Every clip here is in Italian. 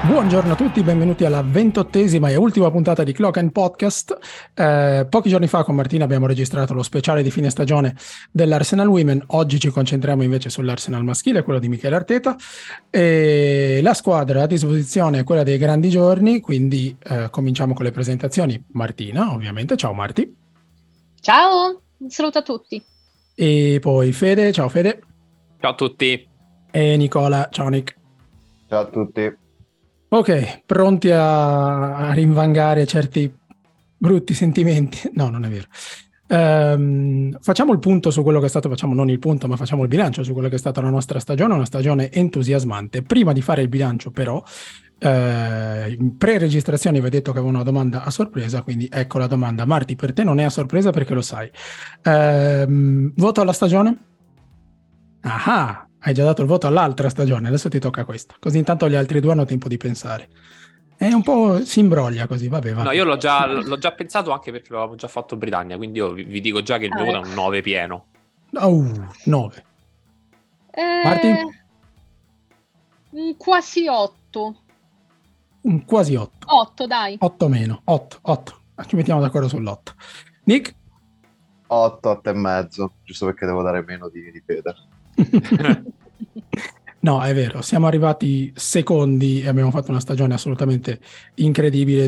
Buongiorno a tutti, benvenuti alla 28ª e ultima puntata di Clock and Podcast. Pochi giorni fa con Martina abbiamo registrato lo speciale di fine stagione dell'Arsenal Women. Oggi ci concentriamo invece sull'Arsenal maschile, quello di Michele Arteta. E la squadra a disposizione è quella dei grandi giorni, quindi cominciamo con le presentazioni. Martina, ovviamente. Ciao Marti. Ciao, un saluto a tutti. E poi Fede, ciao Fede. Ciao a tutti. E Nicola, ciao Nick. Ciao a tutti. Ok, pronti a rinvangare certi brutti sentimenti? No, non è vero. Facciamo il punto su quello che è stato, facciamo non il punto, ma facciamo il bilancio su quello che è stata la nostra stagione, una stagione entusiasmante. Prima di fare il bilancio, però, in pre-registrazione vi ho detto che avevo una domanda a sorpresa, quindi ecco la domanda. Marti, per te non è a sorpresa perché lo sai. Voto alla stagione? Ah, hai già dato il voto all'altra stagione, adesso ti tocca questa. Così intanto gli altri due hanno tempo di pensare. È un po' si imbroglia così, vabbè, va. No, io l'ho già pensato anche perché l'avevamo già fatto Britannia, quindi io vi dico già che il mio voto è un 9 pieno. 9. Marti? Un quasi 8. Un quasi 8. 8, dai. 8 meno, 8. Ci mettiamo d'accordo sull'8. Nick? 8 e mezzo, giusto perché devo dare meno di Fede. No, è vero, siamo arrivati secondi e abbiamo fatto una stagione assolutamente incredibile,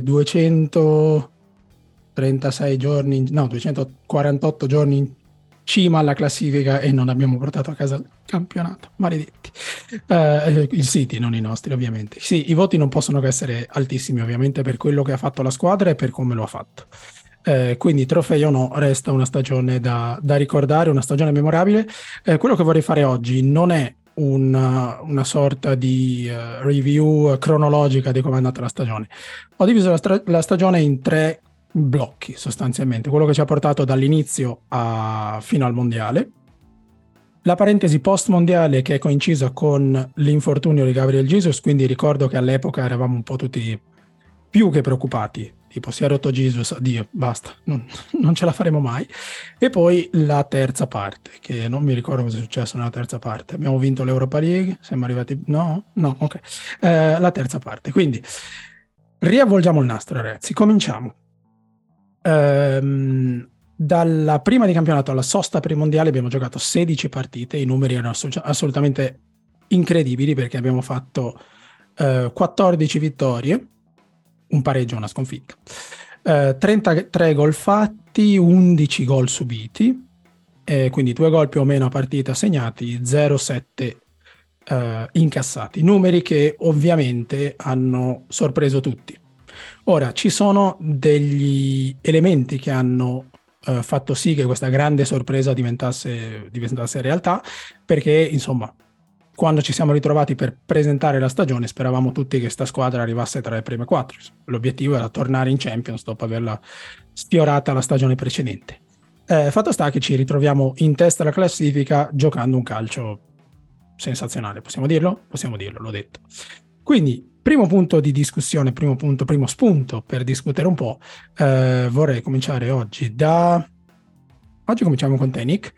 236 giorni, no, 248 giorni in cima alla classifica e non abbiamo portato a casa il campionato, maledetti. Il City, non i nostri ovviamente. Sì, i voti non possono che essere altissimi ovviamente per quello che ha fatto la squadra e per come lo ha fatto. Quindi trofei o no, resta una stagione da ricordare, una stagione memorabile. Quello che vorrei fare oggi non è una sorta di review cronologica di come è andata la stagione. Ho diviso la stagione in 3 blocchi sostanzialmente, quello che ci ha portato dall'inizio fino al mondiale, la parentesi post mondiale che è coincisa con l'infortunio di Gabriel Jesus, quindi ricordo che all'epoca eravamo un po' tutti più che preoccupati, tipo si è rotto Jesus, addio, basta, non ce la faremo mai. E poi la terza parte, che non mi ricordo cosa è successo nella terza parte. Abbiamo vinto l'Europa League, siamo arrivati... No, ok. La terza parte, quindi riavvolgiamo il nastro, ragazzi, cominciamo. Dalla prima di campionato alla sosta per il mondiale abbiamo giocato 16 partite, i numeri erano assolutamente incredibili perché abbiamo fatto 14 vittorie, un pareggio e una sconfitta, 33 gol fatti, 11 gol subiti, quindi 2 gol più o meno a partita segnati, 0,7 incassati, numeri che ovviamente hanno sorpreso tutti. Ora, ci sono degli elementi che hanno fatto sì che questa grande sorpresa diventasse realtà, perché insomma quando ci siamo ritrovati per presentare la stagione speravamo tutti che sta squadra arrivasse tra le prime 4. L'obiettivo era tornare in Champions dopo averla sfiorata la stagione precedente. Fatto sta che ci ritroviamo in testa alla classifica giocando un calcio sensazionale, possiamo dirlo? Possiamo dirlo, l'ho detto. Quindi, primo punto di discussione, primo spunto per discutere un po', vorrei cominciare oggi Oggi cominciamo con te, Nick.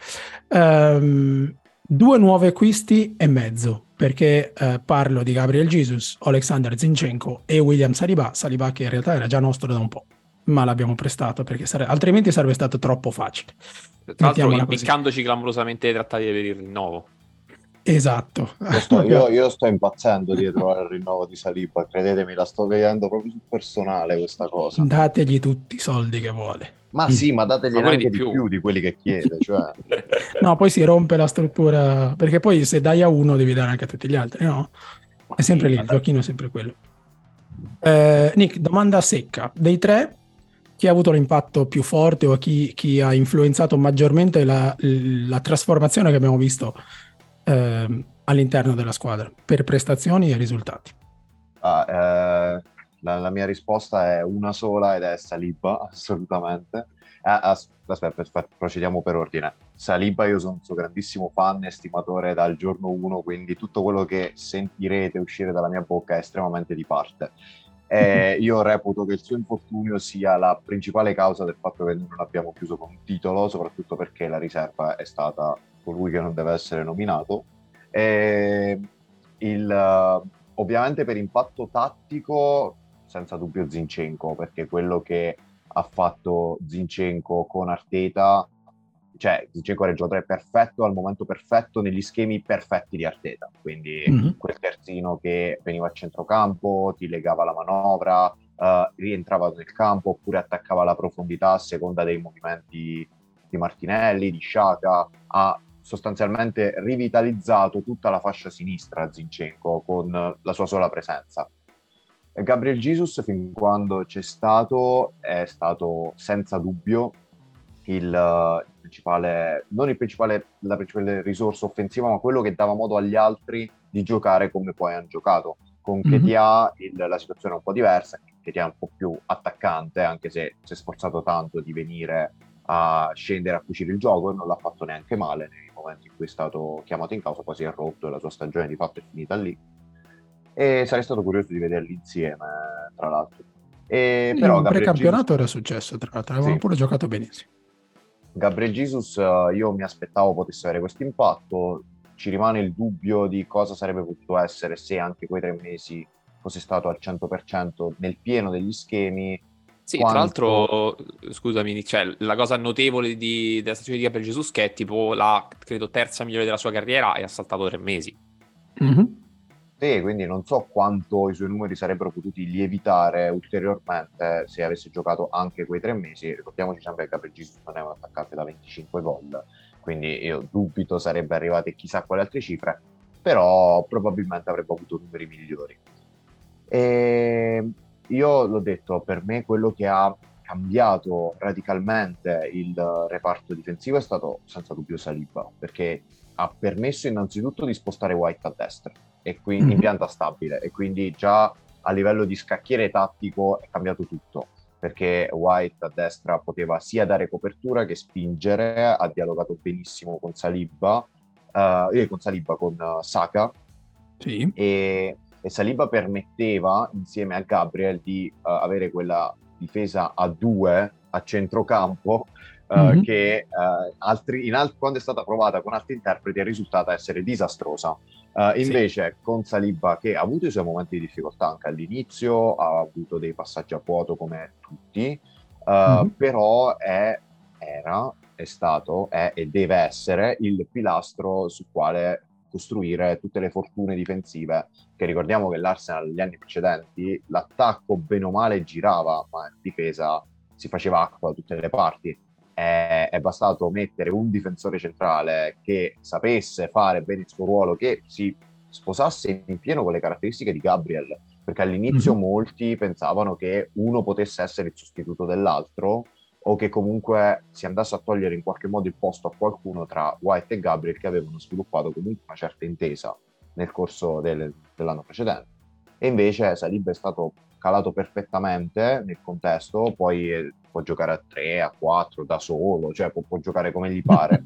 2 nuovi acquisti e mezzo, perché parlo di Gabriel Jesus, Alexander Zinchenko e William Saliba che in realtà era già nostro da un po', ma l'abbiamo prestato perché altrimenti sarebbe stato troppo facile. Tra l'altro impiccandoci clamorosamente trattati per il rinnovo. Esatto. Io sto impazzendo dietro al rinnovo di Saliba, credetemi, la sto vedendo proprio sul personale questa cosa. Dategli tutti i soldi che vuole. Ma sì, ma dategli anche di più di quelli che chiede, cioè. No, poi si rompe la struttura, perché poi se dai a uno devi dare anche a tutti gli altri, no? È sempre lì, il giochino è sempre quello. Nick, domanda secca. Dei 3, chi ha avuto l'impatto più forte o chi ha influenzato maggiormente la trasformazione che abbiamo visto all'interno della squadra per prestazioni e risultati? La mia risposta è una sola ed è Saliba, assolutamente. Aspetta, procediamo per ordine. Saliba, io sono un suo grandissimo fan e stimatore dal giorno 1, quindi tutto quello che sentirete uscire dalla mia bocca è estremamente di parte. Io reputo che il suo infortunio sia la principale causa del fatto che non abbiamo chiuso con un titolo, soprattutto perché la riserva è stata colui che non deve essere nominato. ovviamente per impatto tattico, senza dubbio Zinchenko, perché quello che ha fatto Zinchenko con Arteta, cioè Zinchenko era il giocatore perfetto al momento perfetto negli schemi perfetti di Arteta, quindi quel terzino che veniva a centrocampo, ti legava la manovra, rientrava nel campo oppure attaccava la profondità a seconda dei movimenti di Martinelli, di Xhaka, ha sostanzialmente rivitalizzato tutta la fascia sinistra Zinchenko con la sua sola presenza. E Gabriel Jesus, fin quando c'è stato, è stato senza dubbio la principale risorsa offensiva, ma quello che dava modo agli altri di giocare come poi hanno giocato. Con Nketiah la situazione è un po' diversa, Nketiah è un po' più attaccante, anche se si è sforzato tanto di venire a scendere a cucire il gioco e non l'ha fatto neanche male nei momenti in cui è stato chiamato in causa, poi si è rotto e la sua stagione di fatto è finita lì. E sarei stato curioso di vederli insieme, tra l'altro. Però in Gabriel precampionato Jesus, era successo, tra l'altro, avevano pure giocato benissimo. Gabriel Jesus, io mi aspettavo potesse avere questo impatto. Ci rimane il dubbio di cosa sarebbe potuto essere se anche quei 3 mesi fosse stato al 100% nel pieno degli schemi. Sì, tra l'altro, scusami, cioè, la cosa notevole della stagione di Gabriel Jesus che è tipo la, credo, terza migliore della sua carriera e ha saltato 3 mesi. Sì, quindi non so quanto i suoi numeri sarebbero potuti lievitare ulteriormente se avesse giocato anche quei 3 mesi. Ricordiamoci sempre che Gabriel Jesus non è un attaccante da 25 gol, quindi io dubito sarebbe arrivate chissà quali altre cifre, però probabilmente avrebbe avuto numeri migliori. E io l'ho detto, per me quello che ha cambiato radicalmente il reparto difensivo è stato senza dubbio Saliba, perché ha permesso innanzitutto di spostare White a destra e quindi in pianta stabile, e quindi già a livello di scacchiere tattico è cambiato tutto, perché White a destra poteva sia dare copertura che spingere, ha dialogato benissimo con Saliba, con Saka, sì. e Saliba permetteva insieme a Gabriel di avere quella difesa a 2 a centrocampo che quando è stata provata con altri interpreti è risultata essere disastrosa. Invece con Saliba, che ha avuto i suoi momenti di difficoltà anche all'inizio, ha avuto dei passaggi a vuoto come tutti, però è stato e deve essere il pilastro sul quale costruire tutte le fortune difensive, che ricordiamo che l'Arsenal negli anni precedenti l'attacco bene o male girava, ma in difesa si faceva acqua da tutte le parti. È bastato mettere un difensore centrale che sapesse fare bene il suo ruolo, che si sposasse in pieno con le caratteristiche di Gabriel, perché all'inizio molti pensavano che uno potesse essere il sostituto dell'altro, o che comunque si andasse a togliere in qualche modo il posto a qualcuno tra White e Gabriel, che avevano sviluppato comunque una certa intesa nel corso dell'anno precedente. E invece Saliba è stato calato perfettamente nel contesto, poi può giocare a 3, a 4, da solo, cioè può giocare come gli pare.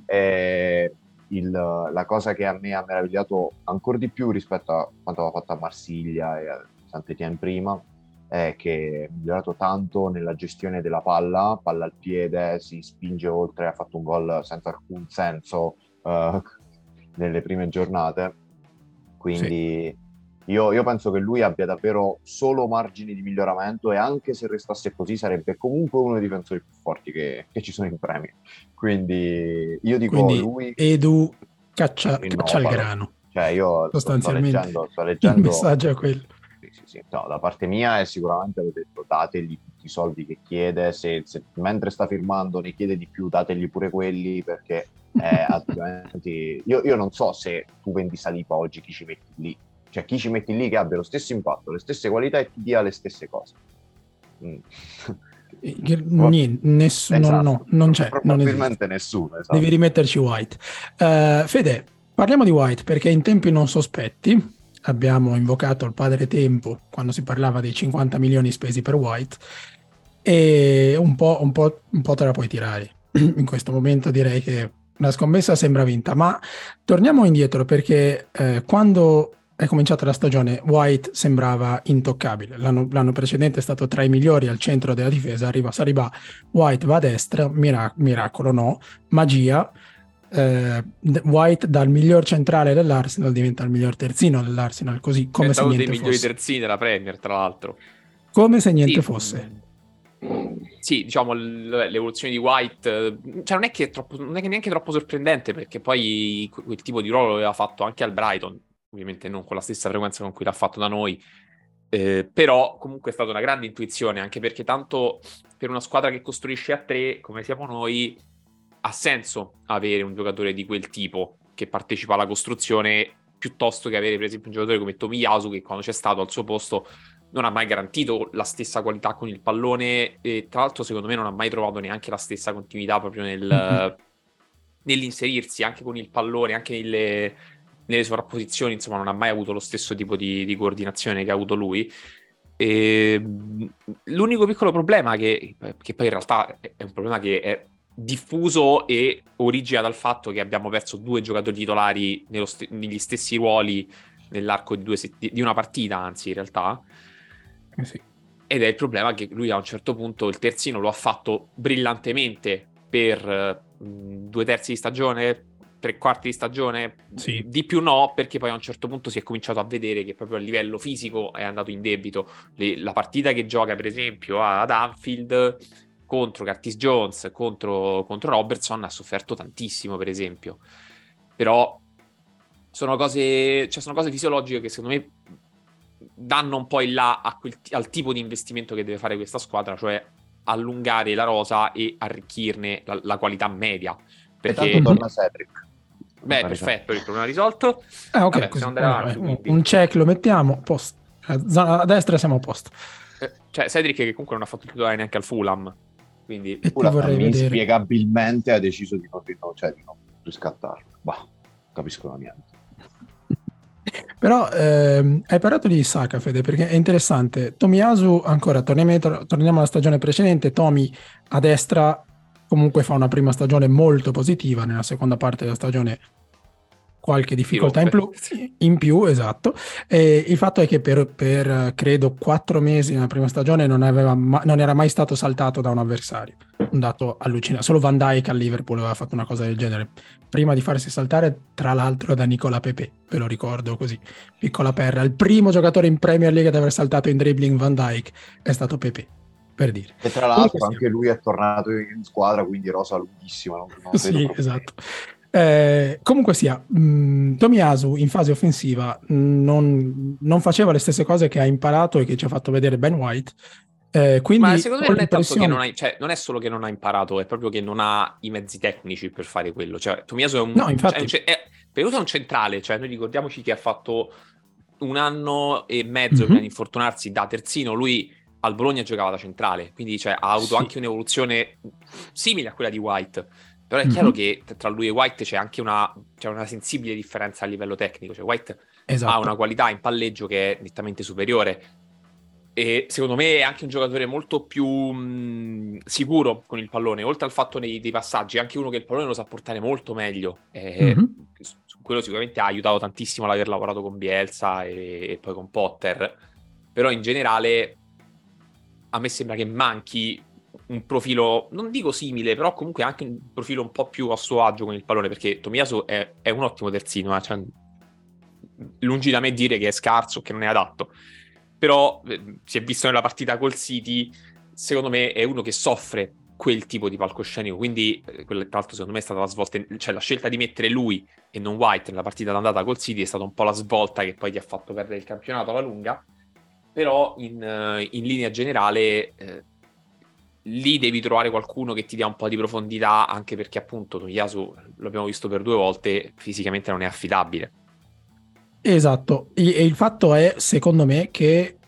La cosa che a me ha meravigliato ancora di più rispetto a quanto aveva fatto a Marsiglia e a Saint-Étienne prima è che è migliorato tanto nella gestione della palla al piede, si spinge oltre, ha fatto un gol senza alcun senso nelle prime giornate, quindi io penso che lui abbia davvero solo margini di miglioramento, e anche se restasse così sarebbe comunque uno dei difensori più forti che ci sono in Premier, quindi io dico lui Edu caccia al grano, cioè io sostanzialmente sto leggendo il messaggio è quello. Sì. No, da parte mia è sicuramente, ho detto, dategli tutti i soldi che chiede, se mentre sta firmando ne chiede di più, dategli pure quelli, perché altrimenti io non so se tu vendi Saliba oggi chi ci metti lì, cioè chi ci metti lì che abbia lo stesso impatto, le stesse qualità e ti dia le stesse cose. Nessuno, esatto. no, non c'è, probabilmente nessuno, esatto. Devi rimetterci White. Fede, parliamo di White, perché in tempi non sospetti abbiamo invocato il padre tempo quando si parlava dei 50 milioni spesi per White, e un po' te la puoi tirare. In questo momento direi che la scommessa sembra vinta, ma torniamo indietro, perché quando è cominciata la stagione White sembrava intoccabile. L'anno precedente è stato tra i migliori al centro della difesa, arriva Saliba, White va a destra, miracolo no, magia. White dal miglior centrale dell'Arsenal diventa il miglior terzino dell'Arsenal, così come se È uno dei niente migliori fosse. terzini della Premier, tra l'altro. Come se niente Sì. fosse. Sì, diciamo l'evoluzione di White, cioè non è che neanche troppo sorprendente, perché poi quel tipo di ruolo l'aveva fatto anche al Brighton, ovviamente non con la stessa frequenza con cui l'ha fatto da noi, però comunque è stata una grande intuizione, anche perché tanto per una squadra che costruisce a 3 come siamo noi ha senso avere un giocatore di quel tipo che partecipa alla costruzione, piuttosto che avere per esempio un giocatore come Tomiyasu che quando c'è stato al suo posto non ha mai garantito la stessa qualità con il pallone e tra l'altro secondo me non ha mai trovato neanche la stessa continuità proprio nell'inserirsi anche con il pallone, anche nelle sovrapposizioni, insomma non ha mai avuto lo stesso tipo di coordinazione che ha avuto lui. E l'unico piccolo problema che poi in realtà è un problema che è diffuso e origina dal fatto che abbiamo perso 2 giocatori titolari negli stessi ruoli nell'arco di una partita, anzi in realtà. Sì. Ed è il problema che lui a un certo punto il terzino lo ha fatto brillantemente per 2/3 di stagione, 3/4 di stagione, Sì. di più no, perché poi a un certo punto si è cominciato a vedere che proprio a livello fisico è andato in debito. La partita che gioca per esempio ad Anfield contro Curtis Jones, contro Robertson ha sofferto tantissimo per esempio, però sono cose fisiologiche che secondo me danno un po' in là al tipo di investimento che deve fare questa squadra, cioè allungare la rosa e arricchirne la qualità media. Perché E tanto torna Cedric. Beh, perfetto, il problema risolto. Ok, Vabbè, così, possiamo andare avanti. Quindi. un check lo mettiamo, a posto. A destra siamo a posto. Cioè, Cedric che comunque non ha fatto il titolare neanche al Fulham, quindi... E ti vorrei vedere. Inspiegabilmente ha deciso di non riscattarlo. Bah, capisco niente. Però hai parlato di Saka, Fede, perché è interessante. Tomiyasu, ancora, torniamo alla stagione precedente, Tomi a destra comunque fa una prima stagione molto positiva, nella seconda parte della stagione qualche difficoltà in più, esatto. E il fatto è che per credo 4 mesi nella prima stagione non era mai stato saltato da un avversario. Un dato allucinante. Solo Van Dijk al Liverpool aveva fatto una cosa del genere. Prima di farsi saltare, tra l'altro, da Nicola Pepe, ve lo ricordo così, piccola perla. Il primo giocatore in Premier League ad aver saltato in dribbling Van Dijk è stato Pepe, per dire. E tra l'altro anche lui è tornato in squadra, quindi rosa lunghissima. Non sì, esatto. Comunque sia, Tomiyasu in fase offensiva non faceva le stesse cose che ha imparato e che ci ha fatto vedere Ben White. Quindi ma secondo me non è tanto che non è solo che non ha imparato, è proprio che non ha i mezzi tecnici per fare quello. Cioè, Tomiyasu è un centrale, cioè noi ricordiamoci che ha fatto 1 anno e mezzo prima di infortunarsi da terzino, lui al Bologna giocava da centrale, quindi ha avuto anche un'evoluzione simile a quella di White. Però è chiaro che tra lui e White c'è anche una sensibile differenza a livello tecnico. Cioè White ha una qualità in palleggio che è nettamente superiore e secondo me è anche un giocatore molto più sicuro con il pallone, oltre al fatto dei passaggi, anche uno che il pallone lo sa portare molto meglio. Su quello sicuramente ha aiutato tantissimo l'aver lavorato con Bielsa e poi con Potter, però in generale a me sembra che manchi un profilo, non dico simile, però comunque anche un profilo un po' più a suo agio con il pallone, perché Tomiyasu è un ottimo terzino, cioè, lungi da me dire che è scarso, che non è adatto, però si è visto nella partita col City, secondo me è uno che soffre quel tipo di palcoscenico, quindi tra l'altro secondo me è stata la svolta, cioè la scelta di mettere lui e non White nella partita d'andata col City è stata un po' la svolta che poi ti ha fatto perdere il campionato alla lunga, però in linea generale lì devi trovare qualcuno che ti dia un po' di profondità, anche perché appunto Tomiyasu, l'abbiamo visto per 2 volte, fisicamente non è affidabile. Esatto, e il fatto è, secondo me, che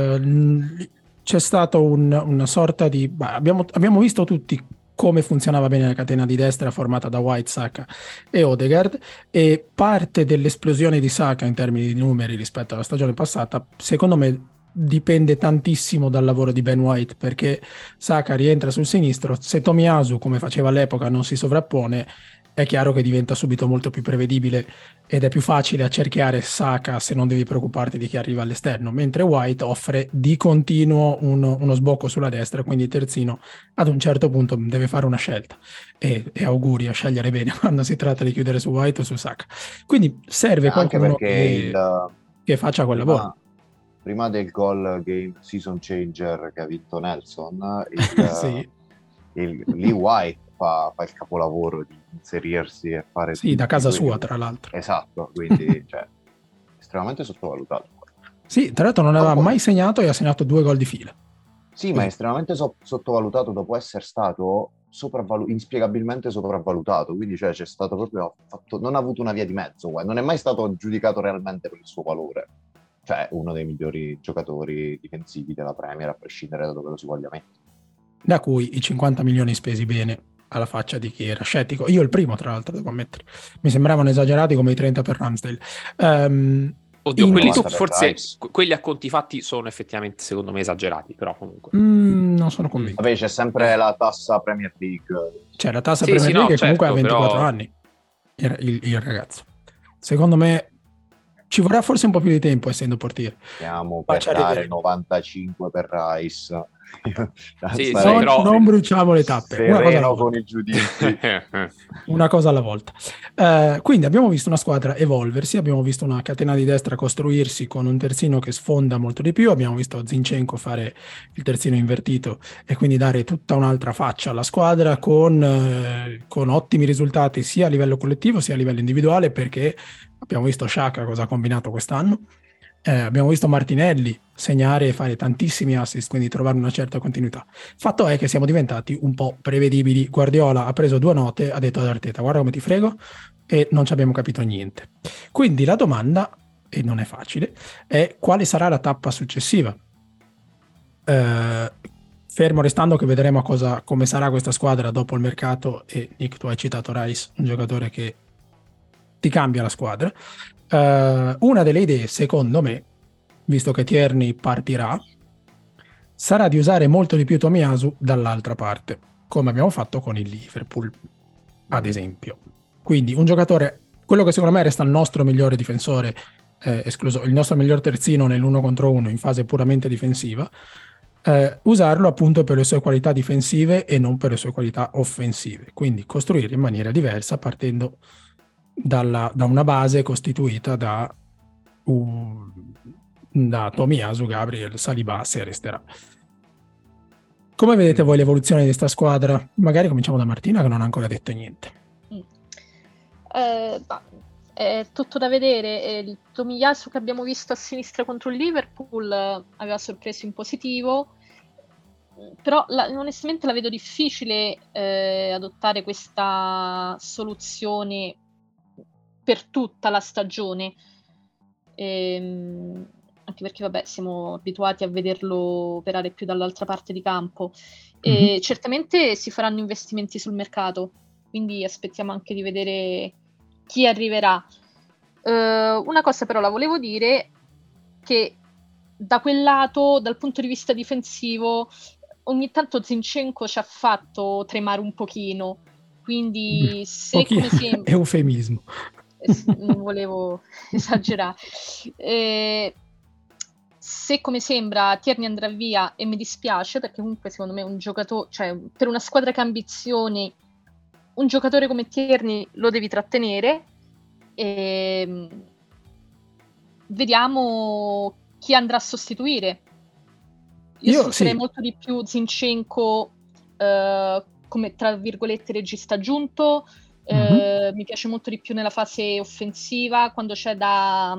c'è stato una sorta di... abbiamo visto tutti come funzionava bene la catena di destra formata da White, Saka e Odegaard, e parte dell'esplosione di Saka in termini di numeri rispetto alla stagione passata, secondo me, dipende tantissimo dal lavoro di Ben White, perché Saka rientra sul sinistro, se Tomiyasu, come faceva all'epoca, non si sovrappone, è chiaro che diventa subito molto più prevedibile ed è più facile accerchiare Saka se non devi preoccuparti di chi arriva all'esterno, mentre White offre di continuo uno sbocco sulla destra, quindi il terzino ad un certo punto deve fare una scelta e auguri a scegliere bene quando si tratta di chiudere su White o su Saka. Quindi serve qualcuno che faccia quel lavoro. Prima del goal game season changer che ha vinto Nelson, sì. Lee White fa il capolavoro di inserirsi e fare... Sì, da casa sua, tra l'altro. Esatto, quindi estremamente sottovalutato. Sì, tra l'altro non aveva mai segnato e ha segnato 2 gol di fila. Sì, ma è estremamente sottovalutato dopo essere stato inspiegabilmente sopravvalutato, quindi c'è stato proprio non ha avuto una via di mezzo, non è mai stato giudicato realmente per il suo valore. Cioè, uno dei migliori giocatori difensivi della Premier, a prescindere da dove lo si voglia mettere. Da cui i 50 milioni spesi bene, alla faccia di chi era scettico. Io il primo, tra l'altro, devo ammettere. Mi sembravano esagerati come i 30 per Ramsdale. Oddio, quelli a conti fatti sono effettivamente, secondo me, esagerati, però comunque. Non sono convinto. Vabbè, c'è sempre la tassa Premier League. C'è la tassa Premier League che comunque ha 24 anni, il ragazzo. Secondo me ci vorrà forse un po' più di tempo, essendo portiere. Stiamo per dare 95 per Rice. Non bruciamo le tappe. Una cosa alla volta. Quindi abbiamo visto una squadra evolversi, abbiamo visto una catena di destra costruirsi con un terzino che sfonda molto di più, abbiamo visto Zinchenko fare il terzino invertito e quindi dare tutta un'altra faccia alla squadra con ottimi risultati sia a livello collettivo sia a livello individuale, perché abbiamo visto Xhaka cosa ha combinato quest'anno. Abbiamo visto Martinelli segnare e fare tantissimi assist, quindi trovare una certa continuità. Fatto è che siamo diventati un po' prevedibili. Guardiola ha preso 2 note, ha detto ad Arteta: guarda come ti frego, e non ci abbiamo capito niente. Quindi la domanda, e non è facile, è quale sarà la tappa successiva. Fermo restando che vedremo come sarà questa squadra dopo il mercato, e Nick, tu hai citato Rice, un giocatore che ti cambia la squadra. Una delle idee, secondo me, visto che Tierney partirà, sarà di usare molto di più Tomiyasu dall'altra parte, come abbiamo fatto con il Liverpool, ad esempio. Quindi un giocatore, quello che secondo me resta il nostro migliore difensore, escluso il nostro miglior terzino nell'1 contro 1 in fase puramente difensiva, usarlo appunto per le sue qualità difensive e non per le sue qualità offensive. Quindi costruire in maniera diversa partendo da una base costituita da Tomiyasu, Gabriel, Saliba, se resterà. Come vedete voi l'evoluzione di questa squadra? Magari cominciamo da Martina, che non ha ancora detto niente. È tutto da vedere. Il Tomiyasu che abbiamo visto a sinistra contro il Liverpool aveva sorpreso in positivo, però onestamente la vedo difficile adottare questa soluzione per tutta la stagione, anche perché vabbè, siamo abituati a vederlo operare più dall'altra parte di campo. E certamente si faranno investimenti sul mercato, quindi aspettiamo anche di vedere chi arriverà. Una cosa però la volevo dire, che da quel lato, dal punto di vista difensivo, ogni tanto Zinchenko ci ha fatto tremare un pochino, quindi se come sembra... Eufemismo. Non volevo esagerare. Se come sembra Tierney andrà via, e mi dispiace, perché comunque secondo me un giocatore, cioè per una squadra che ha ambizioni, un giocatore come Tierney lo devi trattenere. Vediamo chi andrà a sostituire. Io sfrutterei molto di più Zinchenko come tra virgolette regista aggiunto. Mi piace molto di più nella fase offensiva, quando c'è da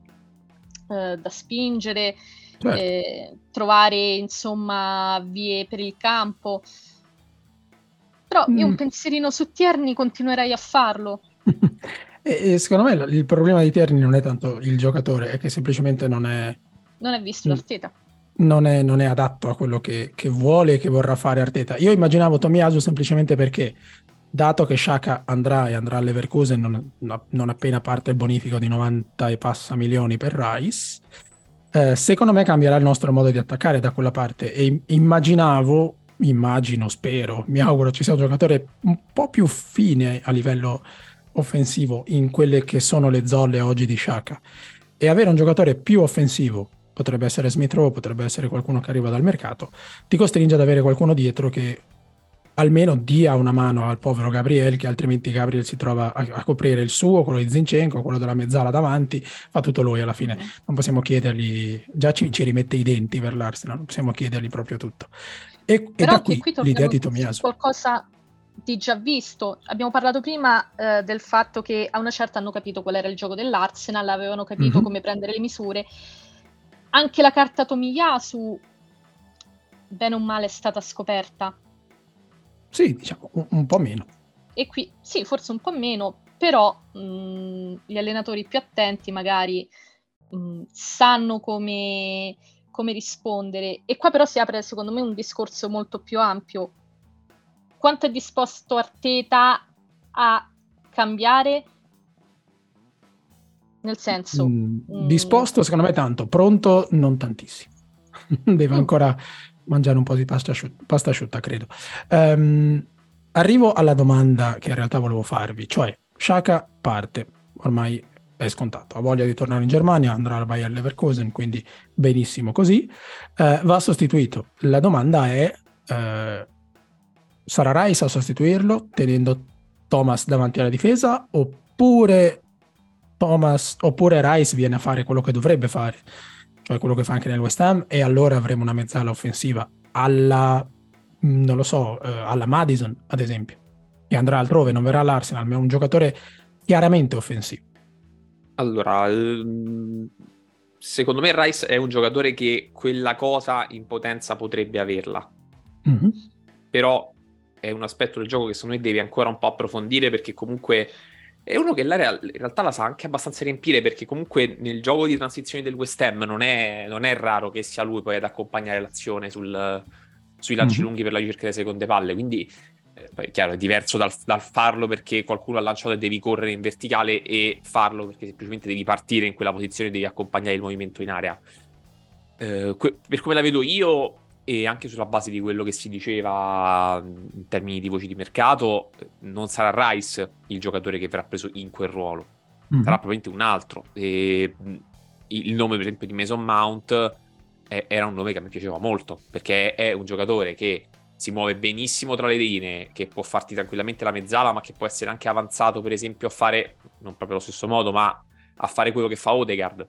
spingere, certo. Trovare insomma vie per il campo. Però io un pensierino su Tierney continuerei a farlo. E secondo me il problema di Tierney non è tanto il giocatore, è che semplicemente non è visto l'Arteta. Non è adatto a quello che vuole e che vorrà fare Arteta. Io immaginavo Tomiyasu semplicemente perché, dato che Xhaka andrà al Leverkusen non appena parte il bonifico di 90 e passa milioni per Rice, secondo me cambierà il nostro modo di attaccare da quella parte, e immaginavo immagino, spero, mi auguro ci sia un giocatore un po' più fine a livello offensivo in quelle che sono le zolle oggi di Xhaka, e avere un giocatore più offensivo, potrebbe essere Smith Rowe, potrebbe essere qualcuno che arriva dal mercato, ti costringe ad avere qualcuno dietro che almeno dia una mano al povero Gabriel, che altrimenti Gabriel si trova a coprire il suo, quello di Zinchenko, quello della mezzala davanti, fa tutto lui alla fine. Non possiamo chiedergli, già ci rimette i denti per l'Arsenal, non possiamo chiedergli proprio tutto. E da qui l'idea di Tomiyasu. Qualcosa di già visto. Abbiamo parlato prima del fatto che a una certa hanno capito qual era il gioco dell'Arsenal, avevano capito come prendere le misure. Anche la carta Tomiyasu, bene o male, è stata scoperta. Sì, diciamo un po' meno. E qui sì, forse un po' meno, però gli allenatori più attenti magari sanno come rispondere. E qua però si apre secondo me un discorso molto più ampio. Quanto è disposto Arteta a cambiare? Nel senso... disposto secondo me tanto, pronto non tantissimo. Deve ancora mangiare un po' di pasta asciutta, credo. Arrivo alla domanda che in realtà volevo farvi, cioè Xhaka parte, ormai è scontato, ha voglia di tornare in Germania, andrà al Bayer Leverkusen, quindi benissimo così, va sostituito. La domanda è, sarà Rice a sostituirlo tenendo Thomas davanti alla difesa, oppure Rice viene a fare quello che dovrebbe fare, cioè quello che fa anche nel West Ham, e allora avremo una mezzala offensiva alla, non lo so, alla Maddison ad esempio, e andrà altrove, non verrà all'Arsenal, ma è un giocatore chiaramente offensivo. Allora, secondo me Rice è un giocatore che quella cosa in potenza potrebbe averla, però è un aspetto del gioco che secondo me devi ancora un po' approfondire, perché comunque è uno che l'area in realtà la sa anche abbastanza riempire, perché comunque nel gioco di transizione del West Ham non è raro che sia lui poi ad accompagnare l'azione sui lanci lunghi per la ricerca delle seconde palle, quindi poi è chiaro, è diverso dal farlo perché qualcuno ha lanciato e devi correre in verticale, e farlo perché semplicemente devi partire in quella posizione e devi accompagnare il movimento in area. Per come la vedo io, e anche sulla base di quello che si diceva in termini di voci di mercato, non sarà Rice il giocatore che verrà preso in quel ruolo, sarà probabilmente un altro. E il nome per esempio di Mason Mount era un nome che a me piaceva molto, perché è un giocatore che si muove benissimo tra le linee, che può farti tranquillamente la mezzala, ma che può essere anche avanzato per esempio a fare, non proprio allo stesso modo, ma a fare quello che fa Odegaard.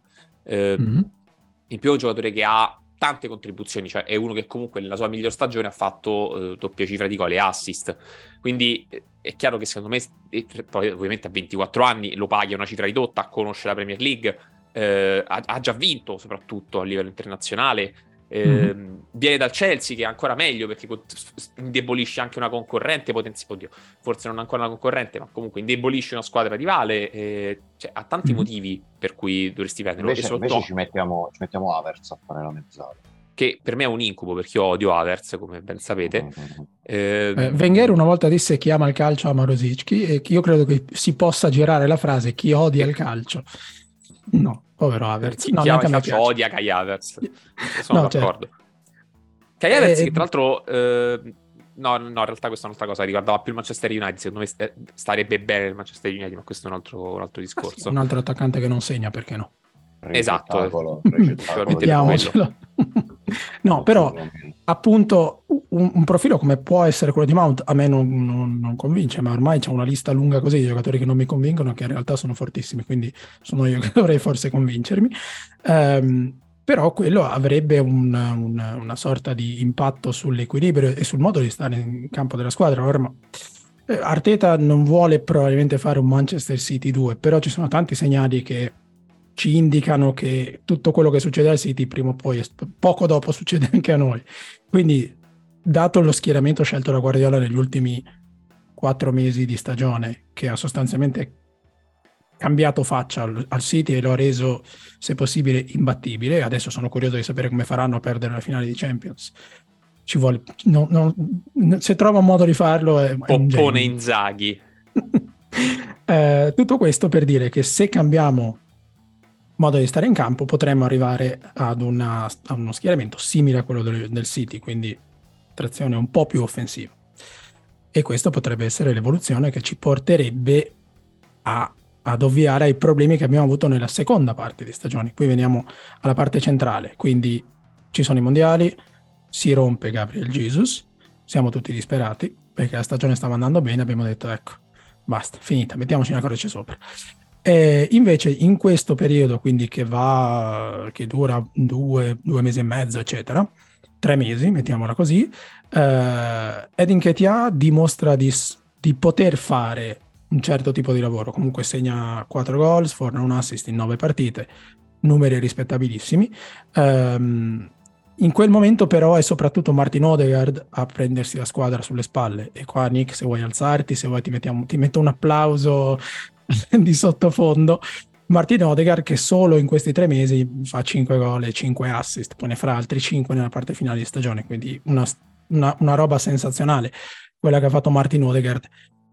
In più è un giocatore che ha tante contribuzioni, cioè è uno che comunque nella sua miglior stagione ha fatto doppia cifra di gol e assist, quindi è chiaro che secondo me, poi ovviamente a 24 anni lo paghi a una cifra ridotta, conosce la Premier League, ha già vinto soprattutto a livello internazionale, viene dal Chelsea, che è ancora meglio perché indebolisce anche una concorrente oddio, forse non ancora una concorrente, ma comunque indebolisce una squadra rivale, cioè, ha tanti motivi per cui dovresti prenderlo. Invece ci mettiamo Havertz a fare la mezzala, che per me è un incubo, perché io odio Havertz, come ben sapete. Wenger una volta disse: chi ama il calcio ama Rosicki, e io credo che si possa girare la frase: chi odia il calcio no, povero Havertz. Chi ama il calcio odia Kai Havertz. Sono d'accordo. Certo. Kai Havertz che tra l'altro no, in realtà questa è un'altra cosa, riguardava più il Manchester United, secondo me starebbe bene il Manchester United, ma questo è un altro discorso. Sì, un altro attaccante che non segna, perché no? Esatto, no, però appunto un profilo come può essere quello di Mount a me non convince, ma ormai c'è una lista lunga così di giocatori che non mi convincono, che in realtà sono fortissimi, quindi sono io che dovrei forse convincermi, però quello avrebbe una sorta di impatto sull'equilibrio e sul modo di stare in campo della squadra. Ora, Arteta non vuole probabilmente fare un Manchester City 2, però ci sono tanti segnali che ci indicano che tutto quello che succede al City prima o poi, poco dopo, succede anche a noi. Quindi, dato lo schieramento scelto da Guardiola negli ultimi 4 mesi di stagione, che ha sostanzialmente cambiato faccia al City e lo ha reso, se possibile, imbattibile, adesso sono curioso di sapere come faranno a perdere la finale di Champions. Ci vuole, se trova un modo di farlo è Poppone Inzaghi. Tutto questo per dire che se cambiamo modo di stare in campo potremmo arrivare ad uno schieramento simile a quello del City, quindi un'impostazione un po' più offensiva. E questo potrebbe essere l'evoluzione che ci porterebbe ad ovviare ai problemi che abbiamo avuto nella seconda parte di stagione. Qui veniamo alla parte centrale, quindi ci sono i mondiali, si rompe Gabriel Jesus, siamo tutti disperati perché la stagione stava andando bene, abbiamo detto ecco, basta, finita, mettiamoci una croce sopra. E invece in questo periodo, quindi che dura due mesi e mezzo, eccetera, 3 mesi, mettiamola così, Edin Nketiah dimostra di poter fare un certo tipo di lavoro. Comunque segna 4 gol, sforna un assist in 9 partite, numeri rispettabilissimi. In quel momento però è soprattutto Martin Odegaard a prendersi la squadra sulle spalle, e qua Nick, se vuoi alzarti, se vuoi ti metto un applauso di sottofondo. Martin Odegaard che solo in questi 3 mesi fa 5 gol e 5 assist, poi ne farà altri 5 nella parte finale di stagione, quindi una roba sensazionale quella che ha fatto Martin Odegaard.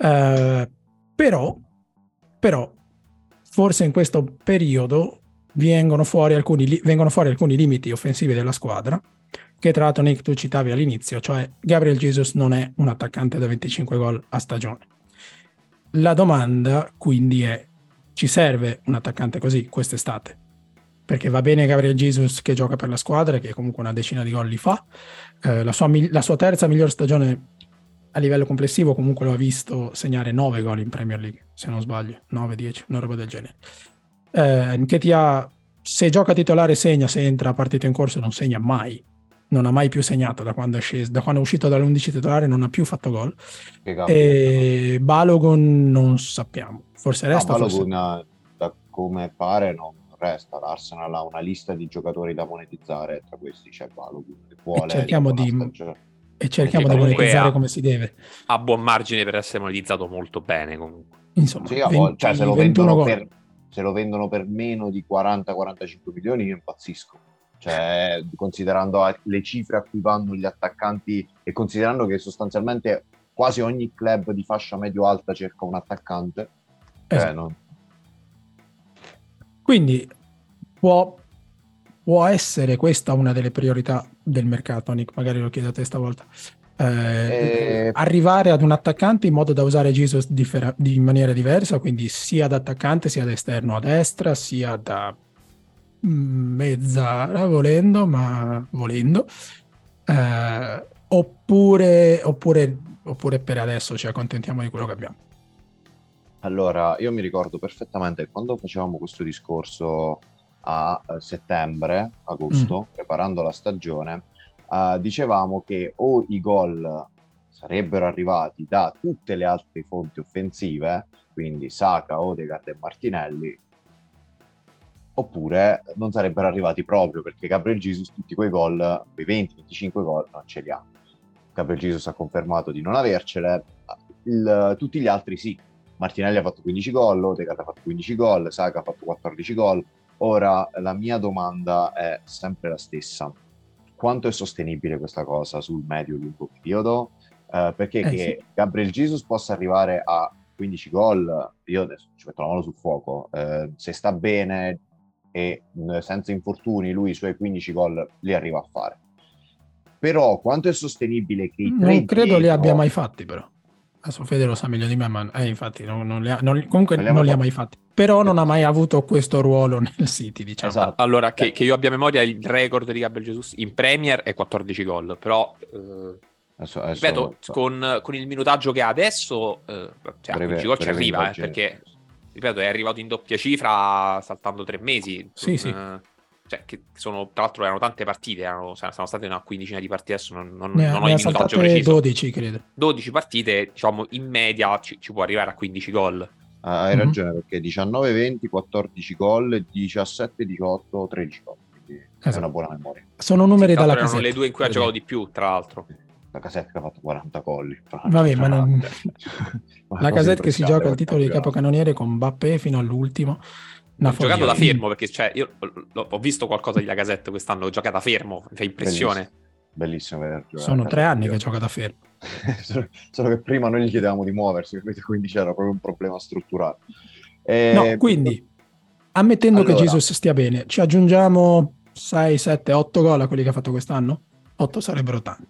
Però forse in questo periodo vengono fuori alcuni limiti offensivi della squadra, che tra l'altro Nick tu citavi all'inizio, cioè Gabriel Jesus non è un attaccante da 25 gol a stagione. La domanda quindi è: ci serve un attaccante così quest'estate? Perché va bene Gabriel Jesus che gioca per la squadra, che comunque una decina di gol li fa, la sua terza miglior stagione a livello complessivo comunque lo ha visto segnare 9 gol in Premier League, se non sbaglio, 9-10, una roba del genere. Nketiah, se gioca titolare segna, se entra a partita in corso non segna mai, non ha mai più segnato da quando è uscito dall'11 titolare, non ha più fatto gol. E Balogun non sappiamo, forse resta. Balogun, da come pare, non resta. L'Arsenal ha una lista di giocatori da monetizzare, tra questi c'è Balogun, che vuole cerchiamo di monetizzare come si deve. Ha buon margine per essere monetizzato molto bene comunque. Insomma, sì, cioè, se lo vendono per meno di 40-45 milioni io impazzisco. Cioè, considerando le cifre a cui vanno gli attaccanti e considerando che sostanzialmente quasi ogni club di fascia medio-alta cerca un attaccante. Esatto. Quindi può essere questa una delle priorità del mercato, Nick, magari lo chiedo a te stavolta. Arrivare ad un attaccante in modo da usare Jesus di maniera diversa, quindi sia da attaccante sia da esterno a destra, sia da mezzala volendo, oppure per adesso ci accontentiamo di quello che abbiamo. Allora, io mi ricordo perfettamente quando facevamo questo discorso a settembre, agosto, preparando la stagione, dicevamo che o i gol sarebbero arrivati da tutte le altre fonti offensive, quindi Saka, Odegaard e Martinelli, oppure non sarebbero arrivati proprio, perché Gabriel Jesus tutti quei gol, quei 20-25 gol non ce li ha. Gabriel Jesus ha confermato di non avercele, tutti gli altri sì. Martinelli ha fatto 15 gol, Odegaard ha fatto 15 gol, Saka ha fatto 14 gol. Ora la mia domanda è sempre la stessa: quanto è sostenibile questa cosa sul medio-lungo periodo? Perché che sì, Gabriel Jesus possa arrivare a 15 gol, io adesso ci metto la mano sul fuoco, se sta bene e senza infortuni lui i suoi 15 gol li arriva a fare. Però quanto è sostenibile che i tre non credo li abbia mai fatti, però adesso Fede lo sa meglio di me, ma infatti non li ha mai fatti, però non ha mai avuto questo ruolo nel City, diciamo. Esatto. Allora, che io abbia memoria, il record di Gabriel Jesus in Premier è 14 gol, però ripeto, con il minutaggio che ha adesso, a 15 gol ci arriva, perché ripeto, è arrivato in doppia cifra saltando 3 mesi. Sì. Cioè, che sono, tra l'altro erano tante partite, sono state una quindicina di partite, adesso non ho il minutaggio preciso. 12, credo. 12 partite, diciamo, in media ci può arrivare a 15 gol. Hai ragione, perché 19-20, 14 gol, 17-18, 13 gol. Quindi è una buona memoria. Sono numeri dalla Casetta. Erano le due in cui ha giocato di più, tra l'altro. La Casetta ha fatto 40 gol. Vabbè, ma non... La Casetta che si gioca il titolo di capocannoniere con Mbappé fino all'ultimo. Ho giocato da fermo, perché cioè, io ho visto qualcosa di Lacazette quest'anno, gioca da fermo, mi fa impressione. Bellissimo vedere giocare. Sono 3 anni che gioca da fermo. Solo che prima noi gli chiedevamo di muoversi, quindi c'era proprio un problema strutturale. No, quindi, ammettendo che Jesus stia bene, ci aggiungiamo 6, 7, 8 gol a quelli che ha fatto quest'anno? 8 sarebbero tanti.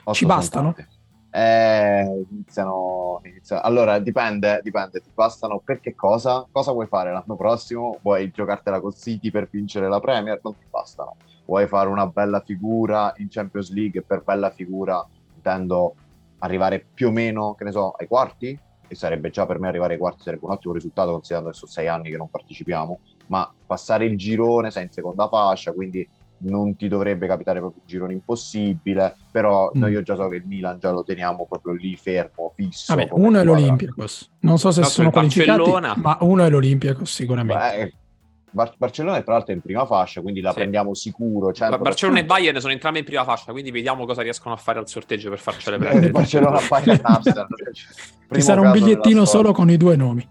Ci bastano? Iniziano. Allora, dipende, ti bastano per che cosa? Cosa vuoi fare l'anno prossimo? Vuoi giocartela col City per vincere la Premier? Non ti bastano. Vuoi fare una bella figura in Champions League? Per bella figura intendo arrivare più o meno, che ne so, ai quarti? E sarebbe già per me arrivare ai quarti, sarebbe un ottimo risultato considerando che sono 6 anni che non partecipiamo, ma passare il girone sei in seconda fascia, quindi non ti dovrebbe capitare proprio un girone impossibile, però noi io già so che il Milan già lo teniamo proprio lì fermo, fisso. Vabbè, uno è l'Olympiacos, non so se sono qualificati, ma uno è l'Olympiacos sicuramente. Beh, Barcellona tra l'altro è in prima fascia, quindi la prendiamo sicuro. 100%. Barcellona e Bayern sono entrambi in prima fascia, quindi vediamo cosa riescono a fare al sorteggio per farcele prendere. Barcellona, Bayern, Arsenal. Ci sarà un bigliettino solo con i due nomi.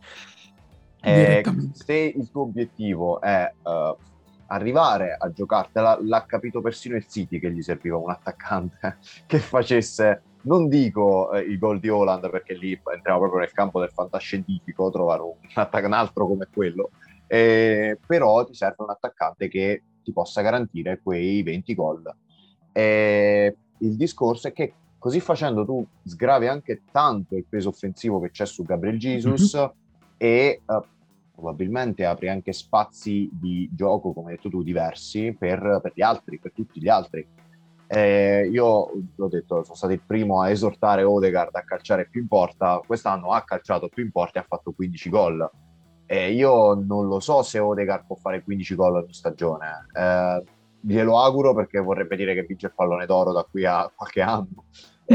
Se il tuo obiettivo è arrivare a giocartela, l'ha capito persino il City che gli serviva un attaccante che facesse, non dico il gol di Haaland, perché lì entriamo proprio nel campo del fantascientifico, trovare un altro come quello, però ti serve un attaccante che ti possa garantire quei 20 gol. Il discorso è che così facendo tu sgravi anche tanto il peso offensivo che c'è su Gabriel Jesus e probabilmente apri anche spazi di gioco, come hai detto tu, diversi per gli altri, per tutti gli altri. Io l'ho detto, sono stato il primo a esortare Odegaard a calciare più in porta. Quest'anno ha calciato più in porta e ha fatto 15 gol. Io non lo so se Odegaard può fare 15 gol ogni stagione. Glielo auguro, perché vorrebbe dire che vince il pallone d'oro da qui a qualche anno.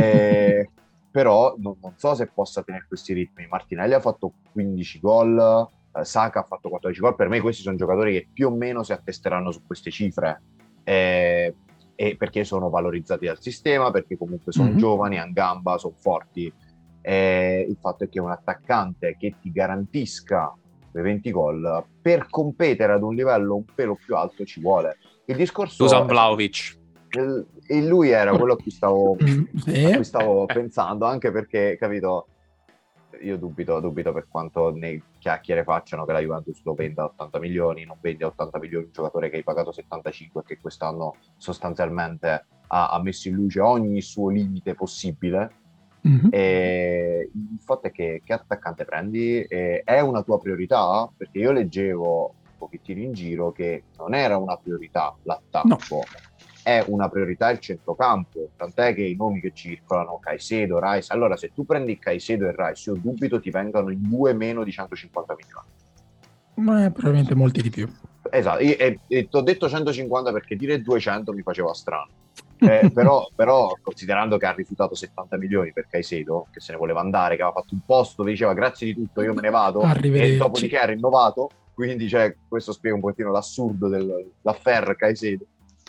Però non so se possa tenere questi ritmi. Martinelli ha fatto 15 gol, Saka ha fatto 14 gol. Per me questi sono giocatori che più o meno si attesteranno su queste cifre, e perché sono valorizzati dal sistema, perché comunque sono giovani, hanno gamba, sono forti. Il fatto è che un attaccante che ti garantisca quei 20 gol per competere ad un livello un pelo più alto ci vuole. Il discorso Dusan Vlahovic, e lui era quello a cui stavo pensando, anche perché, capito, io dubito per quanto ne chiacchiere facciano che la Juventus lo venda a 80 milioni, non vende a 80 milioni un giocatore che hai pagato 75 e che quest'anno sostanzialmente ha messo in luce ogni suo limite possibile. E il fatto è che attaccante prendi? È una tua priorità? Perché io leggevo un pochettino in giro che non era una priorità l'attacco, no. È una priorità il centrocampo, tant'è che i nomi che circolano, Caicedo, Rice, allora se tu prendi Caicedo e Rice, io dubito ti vengano in due meno di 150 milioni. Ma probabilmente molti di più. Esatto, e ti ho detto 150 perché dire 200 mi faceva strano. Però considerando che ha rifiutato 70 milioni per Caicedo, che se ne voleva andare, che aveva fatto un post dove diceva grazie di tutto, io me ne vado, e dopodiché ha rinnovato, quindi questo spiega un pochettino l'assurdo dell'affair Caicedo.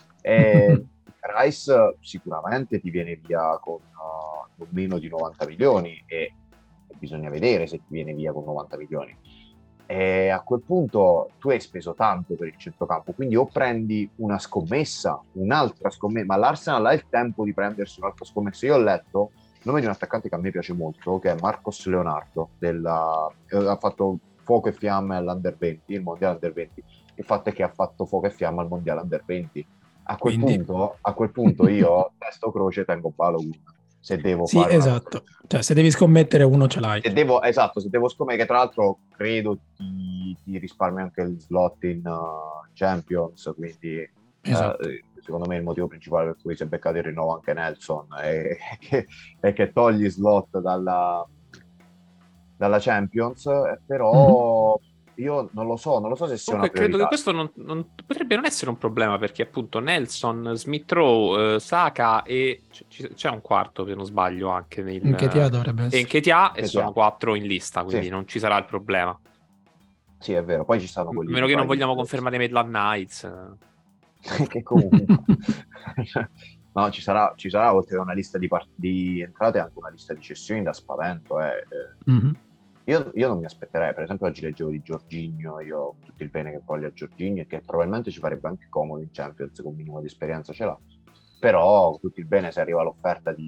Rice sicuramente ti viene via con meno di 90 milioni e bisogna vedere se ti viene via con 90 milioni. E a quel punto tu hai speso tanto per il centrocampo, quindi o prendi una scommessa, un'altra scommessa, ma l'Arsenal ha il tempo di prendersi un'altra scommessa. Io ho letto il nome di un attaccante che a me piace molto, che è Marcos Leonardo, ha fatto fuoco e fiamme all'Under 20, il mondiale Under 20. Il fatto è che ha fatto fuoco e fiamme al mondiale Under 20. A quel punto io, testo croce, tengo Balogun. Se devo fare esatto. Cioè, se devi scommettere uno ce l'hai. Se devo scommettere, che tra l'altro credo ti risparmi anche il slot in Champions, quindi esatto. Secondo me il motivo principale per cui si è beccato il rinnovo anche Nelson è che togli slot dalla Champions, però io non lo so se sia una priorità. Credo che questo non potrebbe non essere un problema, perché appunto Nelson, Smith Rowe, Saka e c'è un quarto, se non sbaglio, anche Nketiah dovrebbe essere. E Nketiah, e sono 4 in lista, quindi non ci sarà il problema. Sì, è vero. Poi ci stanno quelli. A meno che non vogliamo confermare Maitland Nights. Che comunque no, ci sarà oltre a una lista di entrate anche una lista di cessioni da spavento. Io non mi aspetterei, per esempio oggi leggevo di Jorginho, io tutto il bene che voglio a Jorginho e che probabilmente ci farebbe anche comodo in Champions, con minimo di esperienza ce l'ha, però tutto il bene se arriva l'offerta di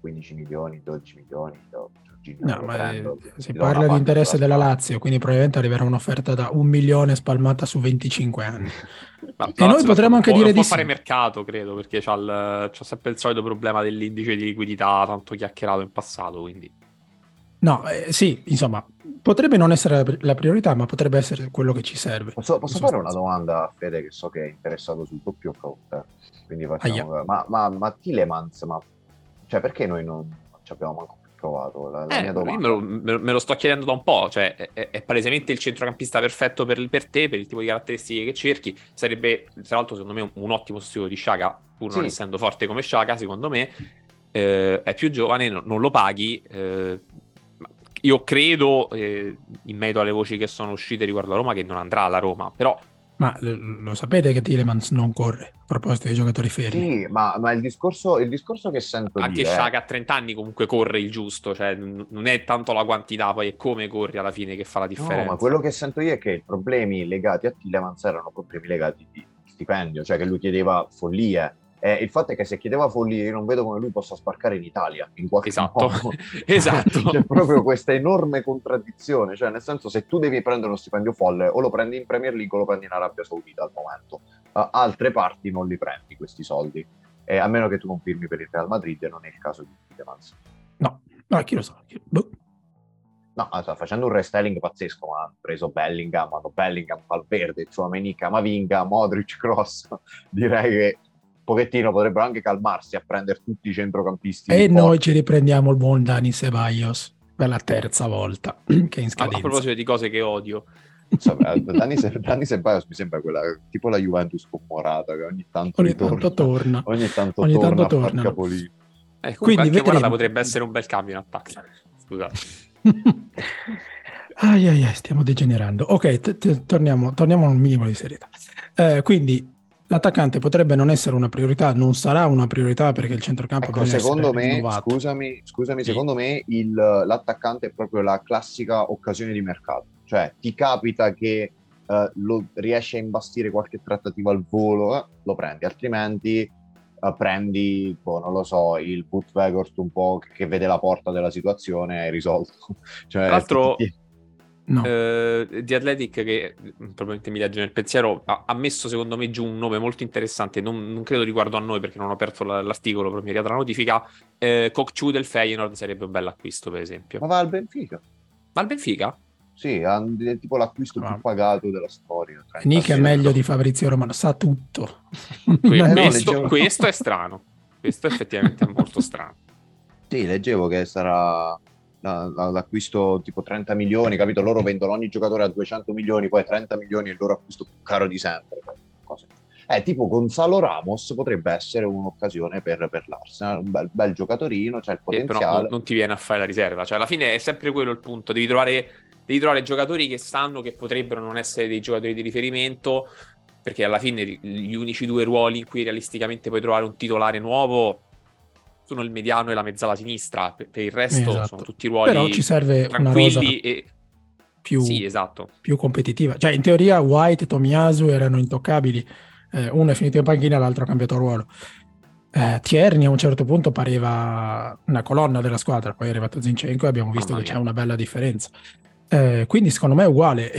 15 milioni, 12 milioni. No, ma si parla di interesse della Lazio, quindi probabilmente arriverà un'offerta da 1 milione spalmata su 25 anni. E noi potremmo anche dire di fare mercato, credo, perché c'ha sempre il solito problema dell'indice di liquidità, tanto chiacchierato in passato, quindi... No, sì, insomma, potrebbe non essere la priorità, ma potrebbe essere quello che ci serve. Posso fare una domanda a Fede, che so che è interessato sul doppio front, quindi facciamo... Ma Tielemans, cioè perché noi non ci abbiamo manco provato? La mia domanda. Io me lo sto chiedendo da un po', cioè è palesemente il centrocampista perfetto per te, per il tipo di caratteristiche che cerchi. Sarebbe, tra l'altro, secondo me un ottimo sostituto di Xhaka, pur non essendo forte come Xhaka, secondo me. È più giovane, non lo paghi. Io credo, in merito alle voci che sono uscite riguardo a Roma, che non andrà alla Roma, però... Ma lo sapete che Tielemans non corre, a proposito dei giocatori fermi? Sì, ma il discorso che sento anche Xhaka a 30 anni comunque corre il giusto, cioè non è tanto la quantità, poi è come corri alla fine che fa la differenza. No, ma quello che sento io è che i problemi legati a Tielemans erano problemi legati di stipendio, cioè che lui chiedeva follie. Il fatto è che se chiedeva follie, io non vedo come lui possa sbarcare in Italia in qualche modo. Esatto. C'è proprio questa enorme contraddizione, cioè nel senso, se tu devi prendere uno stipendio folle, o lo prendi in Premier League o lo prendi in Arabia Saudita al momento. Altre parti non li prendi questi soldi, a meno che tu non firmi per il Real Madrid, e non è il caso di Tielemans. No, chi lo sa. No, sta facendo un restyling pazzesco, ma hanno preso Bellingham, Valverde, Tchouaméni, Camavinga, Modric, Kroos. Direi che un pochettino potrebbero anche calmarsi a prendere tutti i centrocampisti. E noi ci riprendiamo il buon Dani Ceballos per la terza volta, che è in scadenza. A proposito di cose che odio. Dani Ceballos mi sembra quella tipo la Juventus con Morata, che ogni tanto torna. Ogni tanto torna a far capolino. Quindi anche Morata potrebbe essere un bel cambio in attacco. Scusate. Stiamo degenerando. Ok, torniamo a un minimo di serietà. Quindi l'attaccante potrebbe non essere una priorità, non sarà una priorità, perché il centrocampo secondo me, scusami, sì. Secondo me l'attaccante è proprio la classica occasione di mercato, cioè ti capita che lo riesci a imbastire qualche trattativa al volo, lo prendi, altrimenti prendi, non lo so, il Weghorst un po' che vede la porta della situazione e risolto. Cioè, tra l'altro di Athletic, che probabilmente mi legge nel pensiero, ha messo secondo me giù un nome molto interessante, non credo riguardo a noi perché non ho aperto l'articolo, però mi è arrivata la notifica. Kokchu del Feyenoord sarebbe un bel acquisto, per esempio. Ma va al Benfica? Va al Benfica? Sì, è tipo l'acquisto più pagato della storia. Nick è meglio di Fabrizio Romano, sa tutto. Questo è strano. Questo effettivamente è molto strano. Sì, leggevo che sarà l'acquisto tipo 30 milioni, capito? Loro vendono ogni giocatore a 200 milioni, poi 30 milioni è il loro acquisto più caro di sempre. Tipo Gonzalo Ramos potrebbe essere un'occasione per l'Arsenal, un bel giocatorino, c'è il potenziale. Però non ti viene a fare la riserva, cioè alla fine è sempre quello il punto, devi trovare giocatori che sanno che potrebbero non essere dei giocatori di riferimento, perché alla fine gli unici due ruoli in cui realisticamente puoi trovare un titolare nuovo sono il mediano e la mezzala sinistra, per il resto sono tutti ruoli. Però ci serve tranquilli una rosa e più competitiva, cioè in teoria White e Tomiyasu erano intoccabili, uno è finito in panchina, l'altro ha cambiato ruolo. Tierney a un certo punto pareva una colonna della squadra, poi è arrivato Zinchenko e abbiamo visto che c'è una bella differenza. Quindi secondo me è uguale,